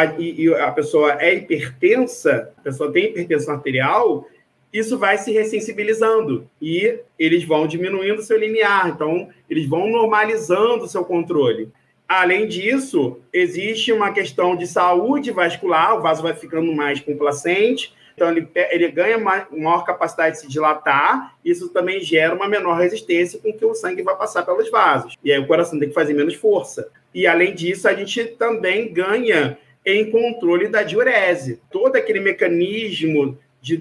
e a pessoa é hipertensa, a pessoa tem hipertensão arterial, isso vai se ressensibilizando e eles vão diminuindo o seu limiar, então eles vão normalizando o seu controle. Além disso, existe uma questão de saúde vascular, o vaso vai ficando mais complacente, então ele ganha maior capacidade de se dilatar, isso também gera uma menor resistência com que o sangue vai passar pelos vasos, e aí o coração tem que fazer menos força. E além disso, a gente também ganha em controle da diurese. Todo aquele mecanismo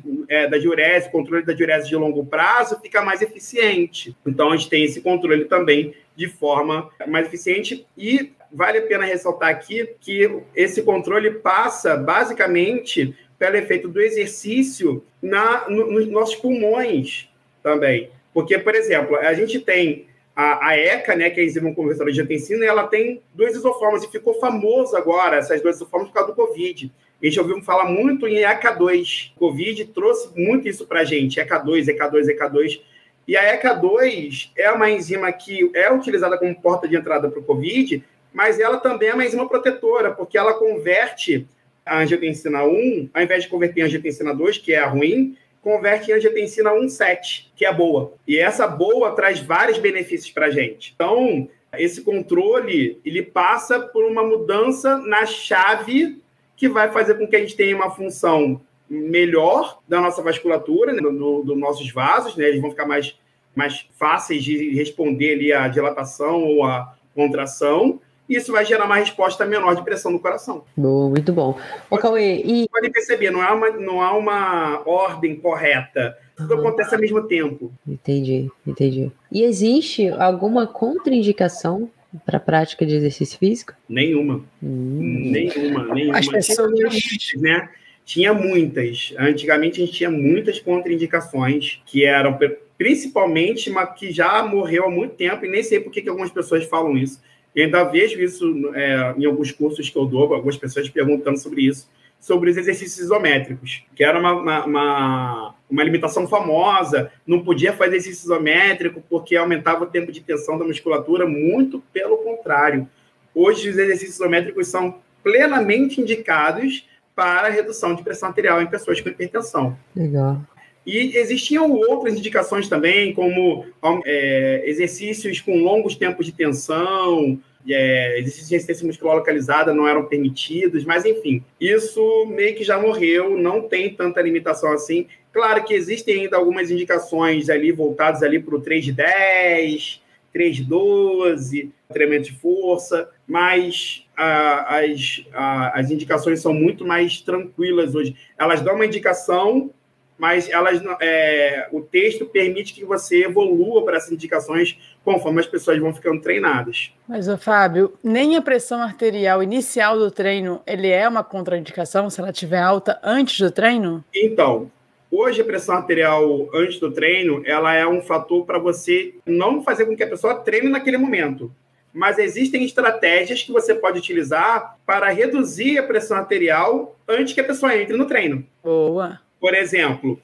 da diurese, controle da diurese de longo prazo, fica mais eficiente. Então, a gente tem esse controle também de forma mais eficiente e vale a pena ressaltar aqui que esse controle passa, basicamente, pelo efeito do exercício nos nossos pulmões também. Porque, por exemplo, a gente tem a ECA, né, que é a enzima conversora de angiotensina, ela tem 2 isoformas e ficou famoso agora, essas 2 isoformas, por causa do Covid. A gente ouviu falar muito em ECA2. O Covid trouxe muito isso para a gente, ECA2, ECA2, ECA2. E a ECA2 é uma enzima que é utilizada como porta de entrada para o Covid, mas ela também é uma enzima protetora, porque ela converte a angiotensina 1, ao invés de converter em angiotensina 2, que é a ruim, converte em angiotensina 1,7, que é a boa. E essa boa traz vários benefícios para a gente. Então, esse controle, ele passa por uma mudança na chave que vai fazer com que a gente tenha uma função melhor da nossa vasculatura, né, dos nossos vasos, né, eles vão ficar mais fáceis de responder ali à dilatação ou à contração, e isso vai gerar uma resposta menor de pressão no coração. Boa, muito bom. Ô, Cauê, Podem perceber, não há uma ordem correta, tudo acontece ao mesmo tempo. Entendi. E existe alguma contraindicação para a prática de exercício físico? Nenhuma. Nenhuma. As pessoas... Tinha muitas. Antigamente, a gente tinha muitas contraindicações, que eram principalmente uma que já morreu há muito tempo, e nem sei por que algumas pessoas falam isso. Eu ainda vejo isso em alguns cursos que eu dou, algumas pessoas perguntando sobre isso, sobre os exercícios isométricos, que era uma limitação famosa, não podia fazer exercício isométrico porque aumentava o tempo de tensão da musculatura, muito pelo contrário. Hoje, os exercícios isométricos são plenamente indicados para a redução de pressão arterial em pessoas com hipertensão. Legal. E existiam outras indicações também, como exercícios com longos tempos de tensão, exercícios de resistência muscular localizada não eram permitidos, mas, enfim, isso meio que já morreu, não tem tanta limitação assim. Claro que existem ainda algumas indicações ali voltadas ali para o 3 de 10, 3 de 12, treinamento de força, mas as indicações são muito mais tranquilas hoje. Elas dão uma indicação, mas o texto permite que você evolua para essas indicações conforme as pessoas vão ficando treinadas. Mas, Fábio, nem a pressão arterial inicial do treino, ele é uma contraindicação se ela estiver alta antes do treino? Então, hoje a pressão arterial antes do treino, ela é um fator para você não fazer com que a pessoa treine naquele momento. Mas existem estratégias que você pode utilizar para reduzir a pressão arterial antes que a pessoa entre no treino. Boa! Por exemplo,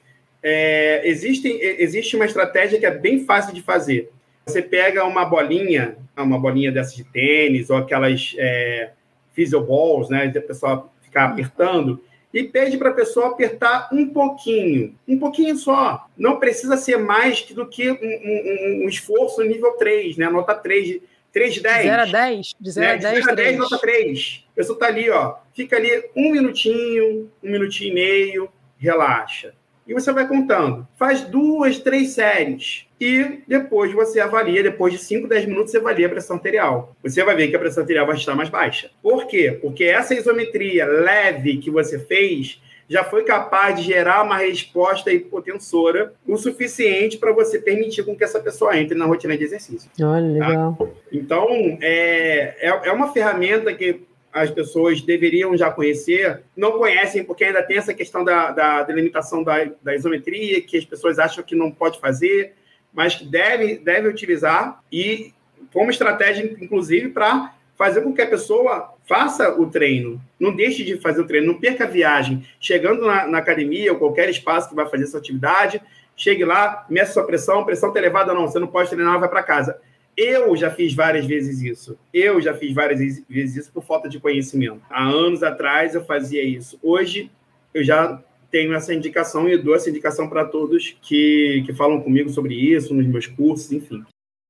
existe uma estratégia que é bem fácil de fazer. Você pega uma bolinha dessas de tênis, ou aquelas physio balls, né, de a pessoa ficar apertando, e pede para a pessoa apertar um pouquinho só. Não precisa ser mais do que um esforço nível 3, né, nota 3 de 10. 0 a 10? De 0 a 10, 3. Nota 3. A pessoa está ali, fica ali um minutinho e meio, relaxa. E você vai contando. Faz 2, 3 séries. E depois você avalia, depois de 5, 10 minutos, você avalia a pressão arterial. Você vai ver que a pressão arterial vai estar mais baixa. Por quê? Porque essa isometria leve que você fez já foi capaz de gerar uma resposta hipotensora o suficiente para você permitir com que essa pessoa entre na rotina de exercício. Olha, legal. Tá? Então, é uma ferramenta que as pessoas deveriam já conhecer, não conhecem porque ainda tem essa questão da delimitação da isometria, que as pessoas acham que não pode fazer, mas que deve utilizar, e como estratégia, inclusive, para fazer com que a pessoa faça o treino. Não deixe de fazer o treino, não perca a viagem. Chegando na academia ou qualquer espaço que vai fazer essa atividade, chegue lá, meça sua pressão está elevada, não, você não pode treinar, vai para casa. Eu já fiz várias vezes isso. Por falta de conhecimento. Há anos atrás eu fazia isso. Hoje eu já tenho essa indicação e dou essa indicação para todos que falam comigo sobre isso, nos meus cursos, enfim.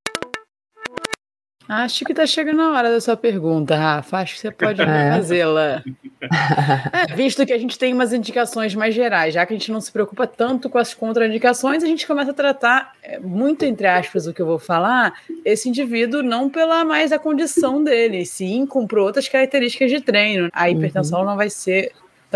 Acho que está chegando a hora da sua pergunta, Rafa. Acho que você pode fazê-la. Visto que a gente tem umas indicações mais gerais, já que a gente não se preocupa tanto com as contraindicações, a gente começa a tratar, muito entre aspas, o que eu vou falar, esse indivíduo não pela mais a condição dele, sim por outras características de treino. A hipertensão não vai ser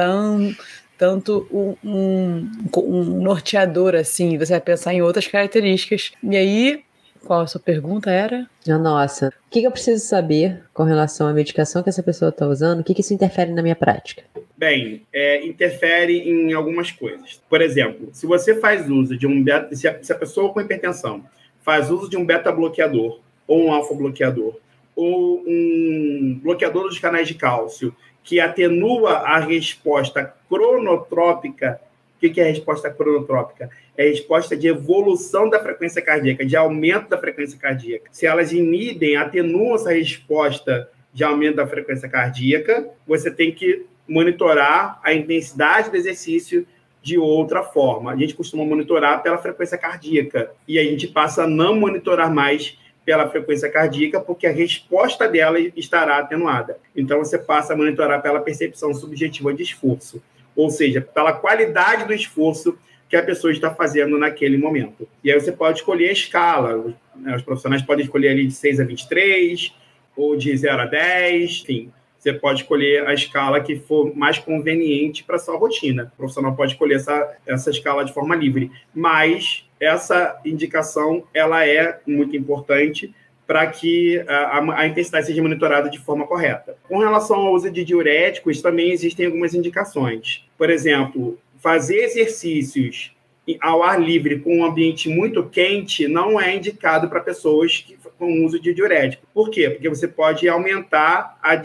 tanto um norteador assim, você vai pensar em outras características. E aí, qual a sua pergunta era? Nossa, o que eu preciso saber com relação à medicação que essa pessoa está usando? O que isso interfere na minha prática? Bem, interfere em algumas coisas. Por exemplo, se você faz uso de se a pessoa com hipertensão faz uso de um beta-bloqueador, ou um alfa-bloqueador, ou um bloqueador dos canais de cálcio, que atenua a resposta cronotrópica. O que é a resposta cronotrópica? É a resposta de evolução da frequência cardíaca, de aumento da frequência cardíaca. Se elas inibem, atenuam essa resposta de aumento da frequência cardíaca, você tem que monitorar a intensidade do exercício de outra forma. A gente costuma monitorar pela frequência cardíaca e a gente passa a não monitorar mais pela frequência cardíaca porque a resposta dela estará atenuada. Então, você passa a monitorar pela percepção subjetiva de esforço, ou seja, pela qualidade do esforço que a pessoa está fazendo naquele momento. E aí você pode escolher a escala. Os profissionais podem escolher ali de 6 a 23, ou de 0 a 10, enfim. Você pode escolher a escala que for mais conveniente para a sua rotina. O profissional pode escolher essa escala de forma livre. Mas essa indicação ela é muito importante para que a intensidade seja monitorada de forma correta. Com relação ao uso de diuréticos, também existem algumas indicações. Por exemplo, fazer exercícios ao ar livre com um ambiente muito quente não é indicado para pessoas com uso de diurético. Por quê? Porque você pode aumentar a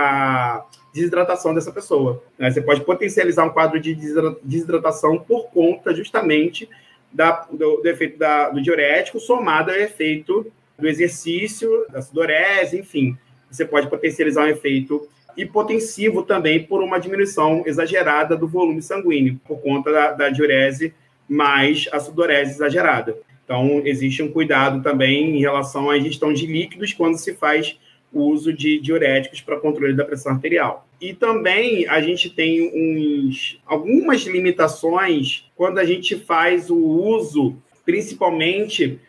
desidratação dessa pessoa. Você pode potencializar um quadro de desidratação por conta justamente do efeito do diurético somado ao efeito do exercício, da sudorese, enfim. Você pode potencializar um efeito hipotensivo também por uma diminuição exagerada do volume sanguíneo, por conta da diurese mais a sudorese exagerada. Então, existe um cuidado também em relação à ingestão de líquidos quando se faz o uso de diuréticos para controle da pressão arterial. E também a gente tem algumas limitações quando a gente faz o uso, principalmente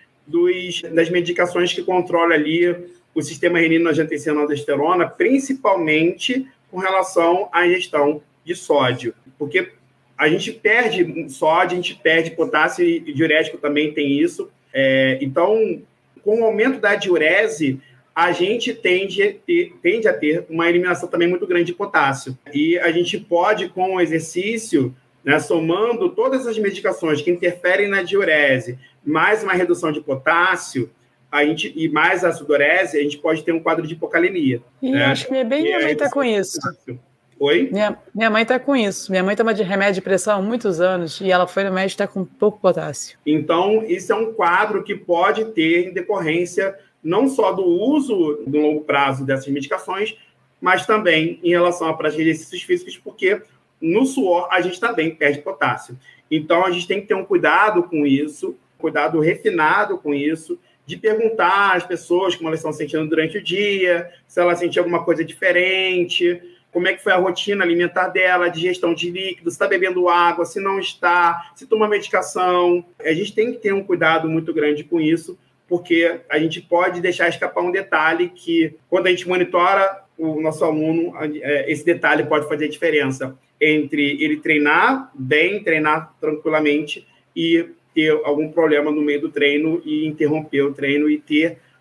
das medicações que controlam ali o sistema renina-angiotensina-aldosterona, principalmente com relação à ingestão de sódio. Porque a gente perde sódio, a gente perde potássio, e diurético também tem isso. Então, com o aumento da diurese, a gente tende a ter uma eliminação também muito grande de potássio. E a gente pode, com o exercício, somando todas as medicações que interferem na diurese, mais uma redução de potássio, e mais a sudorese, a gente pode ter um quadro de hipocalemia. Acho que minha mãe está com isso. Oi? Minha mãe está com isso. Minha mãe toma de remédio de pressão há muitos anos e ela foi no médico e está com pouco potássio. Então, isso é um quadro que pode ter em decorrência não só do uso no longo prazo dessas medicações, mas também em relação à prática de exercícios físicos, porque no suor a gente também perde potássio. Então, a gente tem que ter um cuidado com isso, cuidado refinado com isso, de perguntar às pessoas como elas estão sentindo durante o dia, se elas sentiram alguma coisa diferente, como é que foi a rotina alimentar dela, a digestão de líquidos, se está bebendo água, se não está, se toma medicação. A gente tem que ter um cuidado muito grande com isso, porque a gente pode deixar escapar um detalhe que, quando a gente monitora o nosso aluno, esse detalhe pode fazer diferença entre ele treinar bem, treinar tranquilamente e ter algum problema no meio do treino e interromper o treino e ter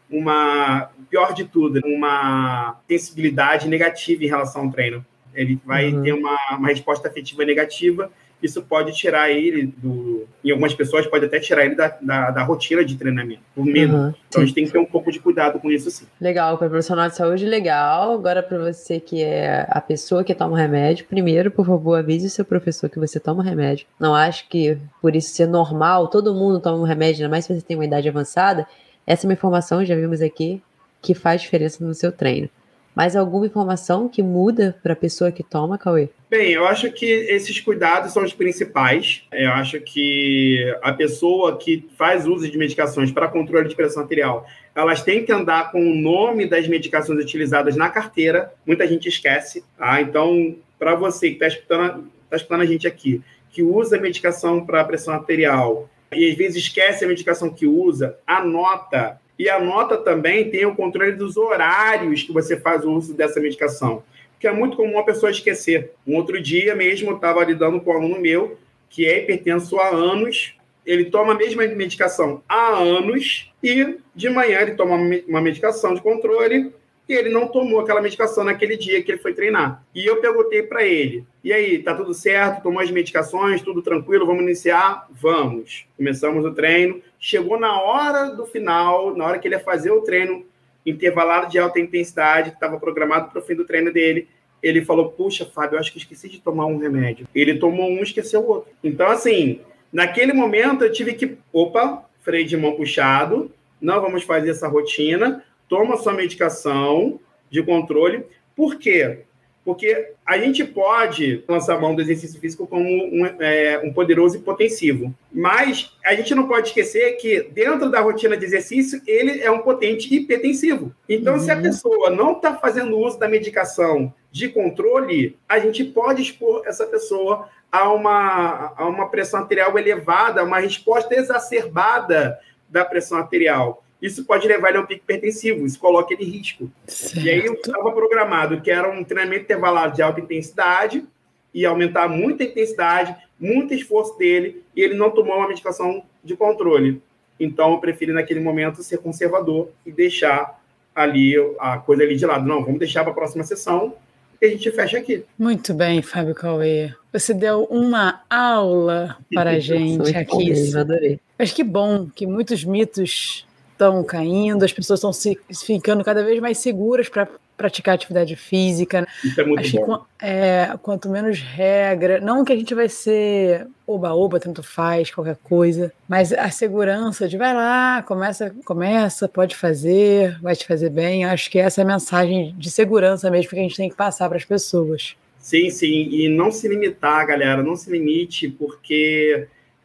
pior de tudo, uma sensibilidade negativa em relação ao treino. Ele vai ter uma resposta afetiva negativa. Isso pode tirar ele em algumas pessoas pode até tirar ele da rotina de treinamento, por medo. Então a gente tem que ter um pouco de cuidado com isso, sim. Legal, para profissional de saúde, legal. Agora, para você que é a pessoa que toma remédio, primeiro, por favor, avise o seu professor que você toma remédio. Não acho que por isso ser normal, todo mundo toma um remédio, ainda mais se você tem uma idade avançada. Essa é uma informação, já vimos aqui, que faz diferença no seu treino. Mais alguma informação que muda para a pessoa que toma, Cauê? Bem, eu acho que esses cuidados são os principais. Eu acho que a pessoa que faz uso de medicações para controle de pressão arterial, elas têm que andar com o nome das medicações utilizadas na carteira. Muita gente esquece. Tá? Então, para você que está escutando a gente aqui, que usa medicação para pressão arterial e às vezes esquece a medicação que usa, anota. E anota também, tem o controle dos horários que você faz o uso dessa medicação. Porque é muito comum a pessoa esquecer. Um outro dia mesmo, eu estava lidando com um aluno meu, que é hipertenso há anos. Ele toma a mesma medicação há anos e de manhã ele toma uma medicação de controle e ele não tomou aquela medicação naquele dia que ele foi treinar. E eu perguntei para ele, e aí, tá tudo certo? Tomou as medicações? Tudo tranquilo? Vamos iniciar? Vamos. Começamos o treino. Chegou na hora do final, na hora que ele ia fazer o treino intervalado de alta intensidade, que estava programado para o fim do treino dele, ele falou, puxa, Fábio, eu acho que esqueci de tomar um remédio. Ele tomou um e esqueceu o outro. Então, assim, naquele momento eu tive que, freio de mão puxado, não vamos fazer essa rotina, toma sua medicação de controle. Por quê? Porque a gente pode lançar a mão do exercício físico como um poderoso hipotensivo. Mas a gente não pode esquecer que dentro da rotina de exercício, ele é um potente hipertensivo. Então, se a pessoa não está fazendo uso da medicação de controle, a gente pode expor essa pessoa a uma pressão arterial elevada, uma resposta exacerbada da pressão arterial. Isso pode levar ele a um pico hipertensivo, isso coloca ele em risco. Certo. E aí eu estava programado que era um treinamento intervalado de alta intensidade, ia aumentar muita intensidade, muito esforço dele, e ele não tomou uma medicação de controle. Então eu preferi naquele momento ser conservador e deixar ali a coisa ali de lado. Não, vamos deixar para a próxima sessão e a gente fecha aqui. Muito bem, Fábio Cauê. Você deu uma aula para a gente aqui. Eu adorei. Mas que bom que muitos mitos estão caindo, as pessoas estão ficando cada vez mais seguras para praticar atividade física. Isso é muito bom. Quanto menos regra, não que a gente vai ser oba-oba, tanto faz, qualquer coisa, mas a segurança de vai lá, começa, pode fazer, vai te fazer bem. Acho que essa é a mensagem de segurança mesmo que a gente tem que passar para as pessoas. Sim, e não se limitar, galera, não se limite, porque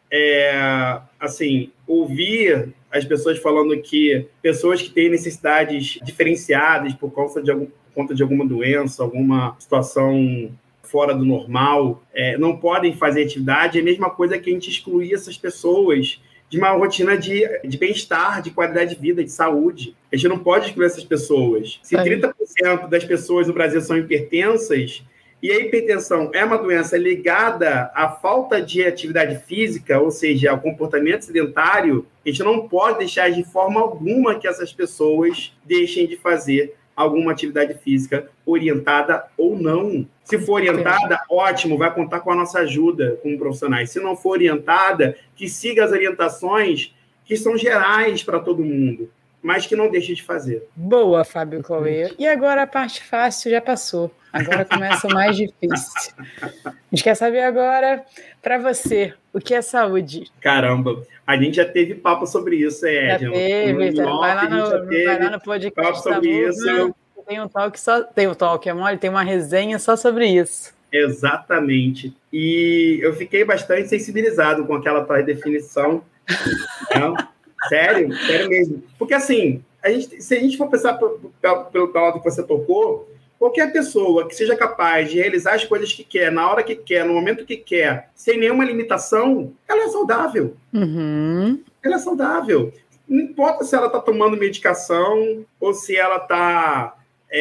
ouvir as pessoas falando que pessoas que têm necessidades diferenciadas por conta de alguma doença, alguma situação fora do normal, não podem fazer atividade, é a mesma coisa que a gente excluir essas pessoas de uma rotina de bem-estar, de qualidade de vida, de saúde. A gente não pode excluir essas pessoas. Se 30% das pessoas no Brasil são hipertensas, e a hipertensão é uma doença ligada à falta de atividade física, ou seja, ao comportamento sedentário, a gente não pode deixar de forma alguma que essas pessoas deixem de fazer alguma atividade física, orientada ou não. Se for orientada, ótimo, vai contar com a nossa ajuda como profissionais. Se não for orientada, que siga as orientações que são gerais para todo mundo, mas que não deixe de fazer. Boa, Fábio Cauê. E agora a parte fácil já passou. Agora começa o mais difícil. A gente quer saber agora, para você, o que é saúde? Caramba, a gente já teve papo sobre isso, Edna. Vai lá no podcast. Papo sobre isso. Tem um talk, é mole, tem uma resenha só sobre isso. Exatamente. E eu fiquei bastante sensibilizado com aquela tua definição. Não? Sério mesmo. Porque, assim, se a gente for pensar pelo lado que você tocou, qualquer pessoa que seja capaz de realizar as coisas que quer, na hora que quer, no momento que quer, sem nenhuma limitação, ela é saudável. Ela é saudável. Não importa se ela está tomando medicação ou se ela está...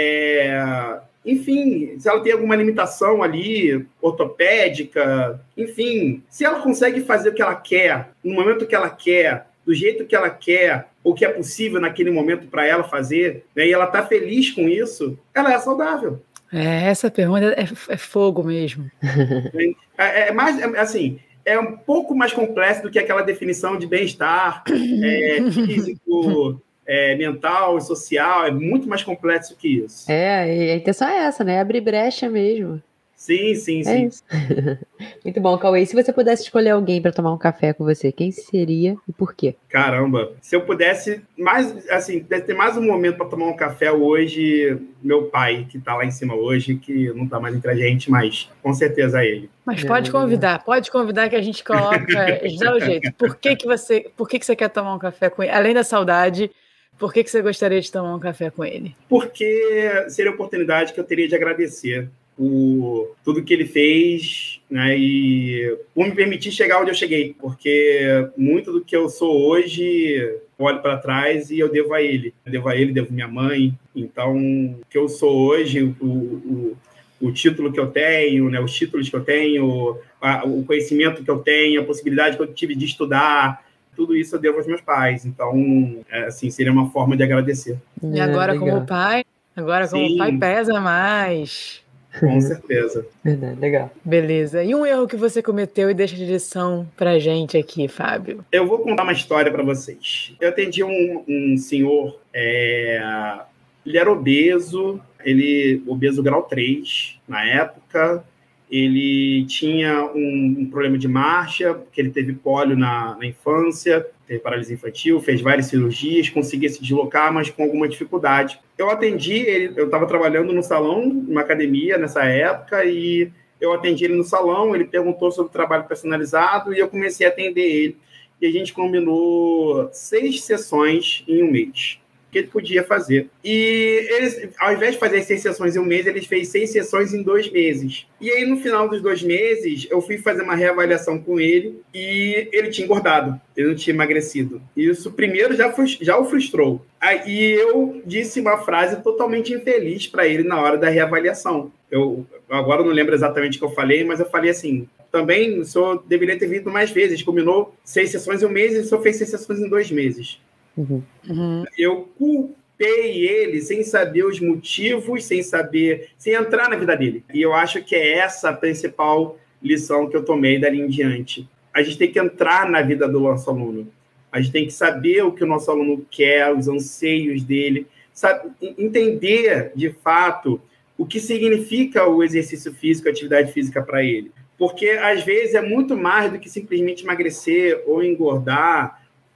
enfim, se ela tem alguma limitação ali, ortopédica, enfim, se ela consegue fazer o que ela quer, no momento que ela quer, do jeito que ela quer, ou que é possível naquele momento para ela fazer, né, e ela está feliz com isso, ela é saudável. Essa pergunta é fogo mesmo. É mais, assim, é um pouco mais complexo do que aquela definição de bem-estar físico, mental e social. É muito mais complexo que isso. E a intenção é essa, né? Abrir brecha mesmo. Sim. Isso. Muito bom, Cauê. E se você pudesse escolher alguém para tomar um café com você, quem seria e por quê? Caramba, se eu pudesse ter mais um momento para tomar um café hoje, meu pai, que está lá em cima hoje, que não está mais entre a gente, mas com certeza é ele. Mas pode convidar que a gente coloca, dá o jeito. Por que você quer tomar um café com ele? Além da saudade, por que você gostaria de tomar um café com ele? Porque seria a oportunidade que eu teria de agradecer por tudo que ele fez, né, e por me permitir chegar onde eu cheguei, porque muito do que eu sou hoje, eu olho para trás e eu devo a ele. Eu devo a ele, devo a minha mãe. Então, o que eu sou hoje, o título que eu tenho, né, os títulos que eu tenho, o conhecimento que eu tenho, a possibilidade que eu tive de estudar, tudo isso eu devo aos meus pais. Então, assim, seria uma forma de agradecer. E agora como pai pesa mais. Com certeza. Verdade, legal. Beleza. E um erro que você cometeu e deixa de lição pra gente aqui, Fábio? Eu vou contar uma história para vocês. Eu atendi um senhor, ele era obeso grau 3 na época. Ele tinha um problema de marcha, porque ele teve pólio na infância, teve paralisia infantil, fez várias cirurgias, conseguia se deslocar, mas com alguma dificuldade. Eu atendi ele, eu estava trabalhando no salão, numa academia nessa época, e eu atendi ele no salão, ele perguntou sobre o trabalho personalizado, e eu comecei a atender ele. E a gente combinou 6 sessões em um mês que ele podia fazer. E eles, ao invés de fazer 6 sessões em um mês, eles fez 6 sessões em 2 meses. E aí, no final dos 2 meses, eu fui fazer uma reavaliação com ele e ele tinha engordado, ele não tinha emagrecido. Isso, primeiro, já o frustrou. Aí eu disse uma frase totalmente infeliz para ele na hora da reavaliação. Eu agora não lembro exatamente o que eu falei, mas eu falei assim, também o senhor deveria ter vindo mais vezes. Combinou 6 sessões em um mês e o senhor fez 6 sessões em 2 meses. Eu culpei ele sem saber os motivos, sem entrar na vida dele. E eu acho que é essa a principal lição que eu tomei dali em diante. A gente tem que entrar na vida do nosso aluno. A gente tem que saber o que o nosso aluno quer, os anseios dele, entender, de fato, o que significa o exercício físico, a atividade física para ele. Porque, às vezes, é muito mais do que simplesmente emagrecer ou engordar,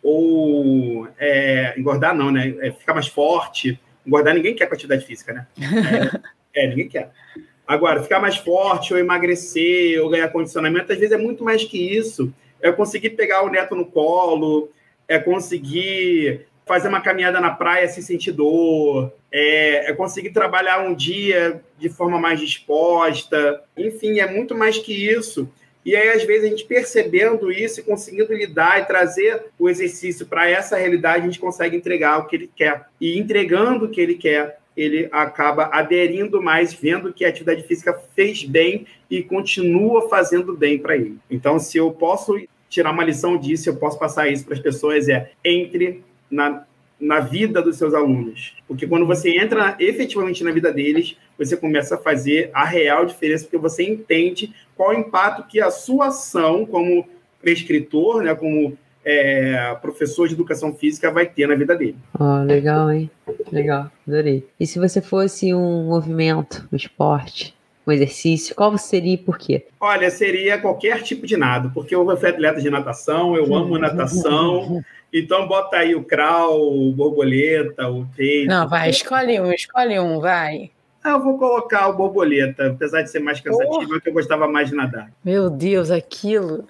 ou engordar não, né? Ficar mais forte. Engordar ninguém quer com atividade física, né? Ninguém quer. Agora, ficar mais forte, ou emagrecer, ou ganhar condicionamento, às vezes é muito mais que isso. É conseguir pegar o neto no colo, é conseguir fazer uma caminhada na praia sem sentir dor, é conseguir trabalhar um dia de forma mais disposta. Enfim, é muito mais que isso. E aí, às vezes, a gente percebendo isso e conseguindo lidar e trazer o exercício para essa realidade, a gente consegue entregar o que ele quer. E entregando o que ele quer, ele acaba aderindo mais, vendo que a atividade física fez bem e continua fazendo bem para ele. Então, se eu posso tirar uma lição disso, eu posso passar isso para as pessoas, entre na vida dos seus alunos. Porque quando você entra efetivamente na vida deles, você começa a fazer a real diferença, porque você entende qual o impacto que a sua ação como prescritor, né, como professor de educação física vai ter na vida dele. Legal, hein? Legal, adorei. E se você fosse um movimento, um esporte, um exercício, qual seria e por quê? Olha, seria qualquer tipo de nado, porque eu fui atleta de natação, eu amo natação, então bota aí o crawl, o borboleta, o peito. Não, vai, escolhe um, vai. Eu vou colocar o borboleta, apesar de ser mais cansativo, que eu gostava mais de nadar. Meu Deus, aquilo...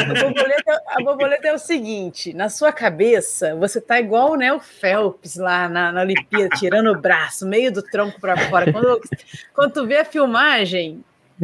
A borboleta é o seguinte, na sua cabeça, você tá igual o Neo Phelps lá na Olimpíada, tirando o braço, meio do tronco para fora. Quando tu vê a filmagem...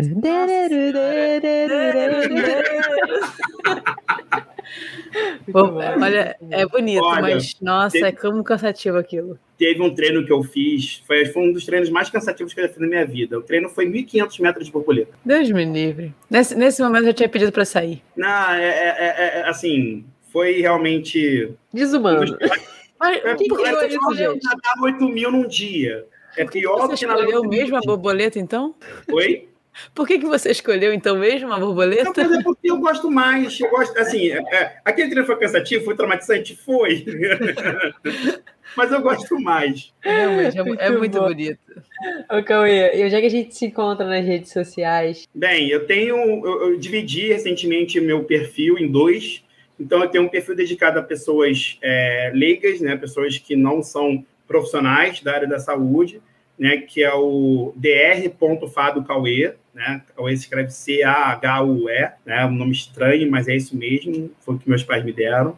Olha, é bonito, mas nossa, é como cansativo aquilo. Teve um treino que eu fiz, foi um dos treinos mais cansativos que eu já fiz na minha vida. O treino foi 1.500 metros de borboleta. Deus me livre. Nesse momento eu tinha pedido para sair. Não, assim, foi realmente... Desumano. É que pior é que isso, gente? nadar 8 mil num dia. É pior do Você que nadar escolheu 8 mil mesmo a num dia. borboleta, então? Oi? Por que você escolheu, então, mesmo a Não, borboleta? mas é porque eu gosto mais. Eu gosto, assim, aquele treino foi cansativo, foi traumatizante? Foi. Mas eu gosto mais. Realmente, é muito bom. bonito. Ô, Cauê, já que a gente se encontra nas redes sociais... Bem, eu dividi recentemente meu perfil em 2. Então, eu tenho um perfil dedicado a pessoas leigas, né, pessoas que não são profissionais da área da saúde, né, que é o dr.fadocauê, né? Cauê se escreve C-A-H-U-E, né? Um nome estranho, mas é isso mesmo, foi o que meus pais me deram.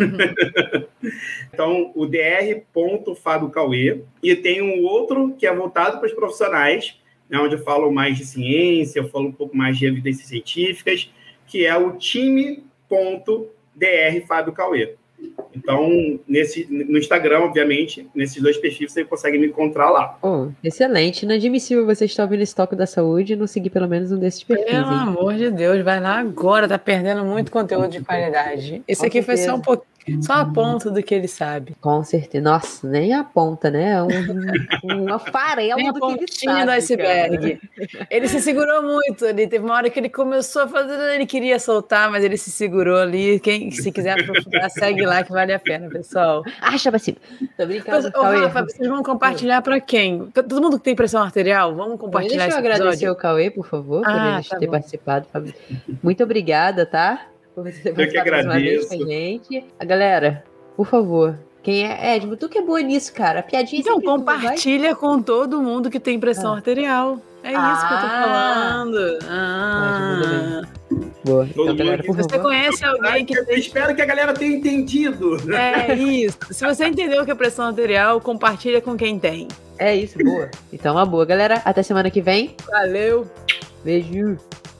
Então, o dr.fadocauê. E tem um outro que é voltado para os profissionais, né, onde eu falo mais de ciência, eu falo um pouco mais de evidências científicas, que é o time.drfadocauê. Então, no Instagram, obviamente, nesses 2 perfis, você consegue me encontrar lá. Oh, excelente. Inadmissível você estar ouvindo esse toque da saúde e não seguir pelo menos um desses perfis, Pelo hein? amor de Deus, vai lá agora, tá perdendo muito conteúdo de qualidade. Esse Com aqui foi certeza. só um pouquinho, só a ponta do que ele sabe. Com certeza. Nossa, nem a ponta, né? Uma farela Nem a do que ele pontinha sabe, do iceberg. cara. Ele se segurou muito ali. Teve uma hora que ele começou a fazer, ele queria soltar, mas ele se segurou ali. Se quiser aprofundar, segue lá que vale a pena, pessoal. Acha pra cima. Tô brincando, Ô, Rafa, vocês vão compartilhar para quem? Todo mundo que tem pressão arterial, vamos compartilhar Deixa eu esse agradecer episódio? o Cauê, por favor, por ele ter participado. Muito obrigada, tá? Por você ter participado mais uma vez com a gente. A galera, por favor, quem é Edmo, tu que é boa nisso, cara. A piadinha então, sempre compartilha com todo mundo que tem pressão arterial. É isso que eu tô falando. Boa. Então, galera, por você conhece alguém que Eu espero que a galera tenha entendido. É isso. Se você entendeu o que é pressão arterial, compartilha com quem tem. É isso, boa. Então, uma boa. Galera, até semana que vem. Valeu. Beijo.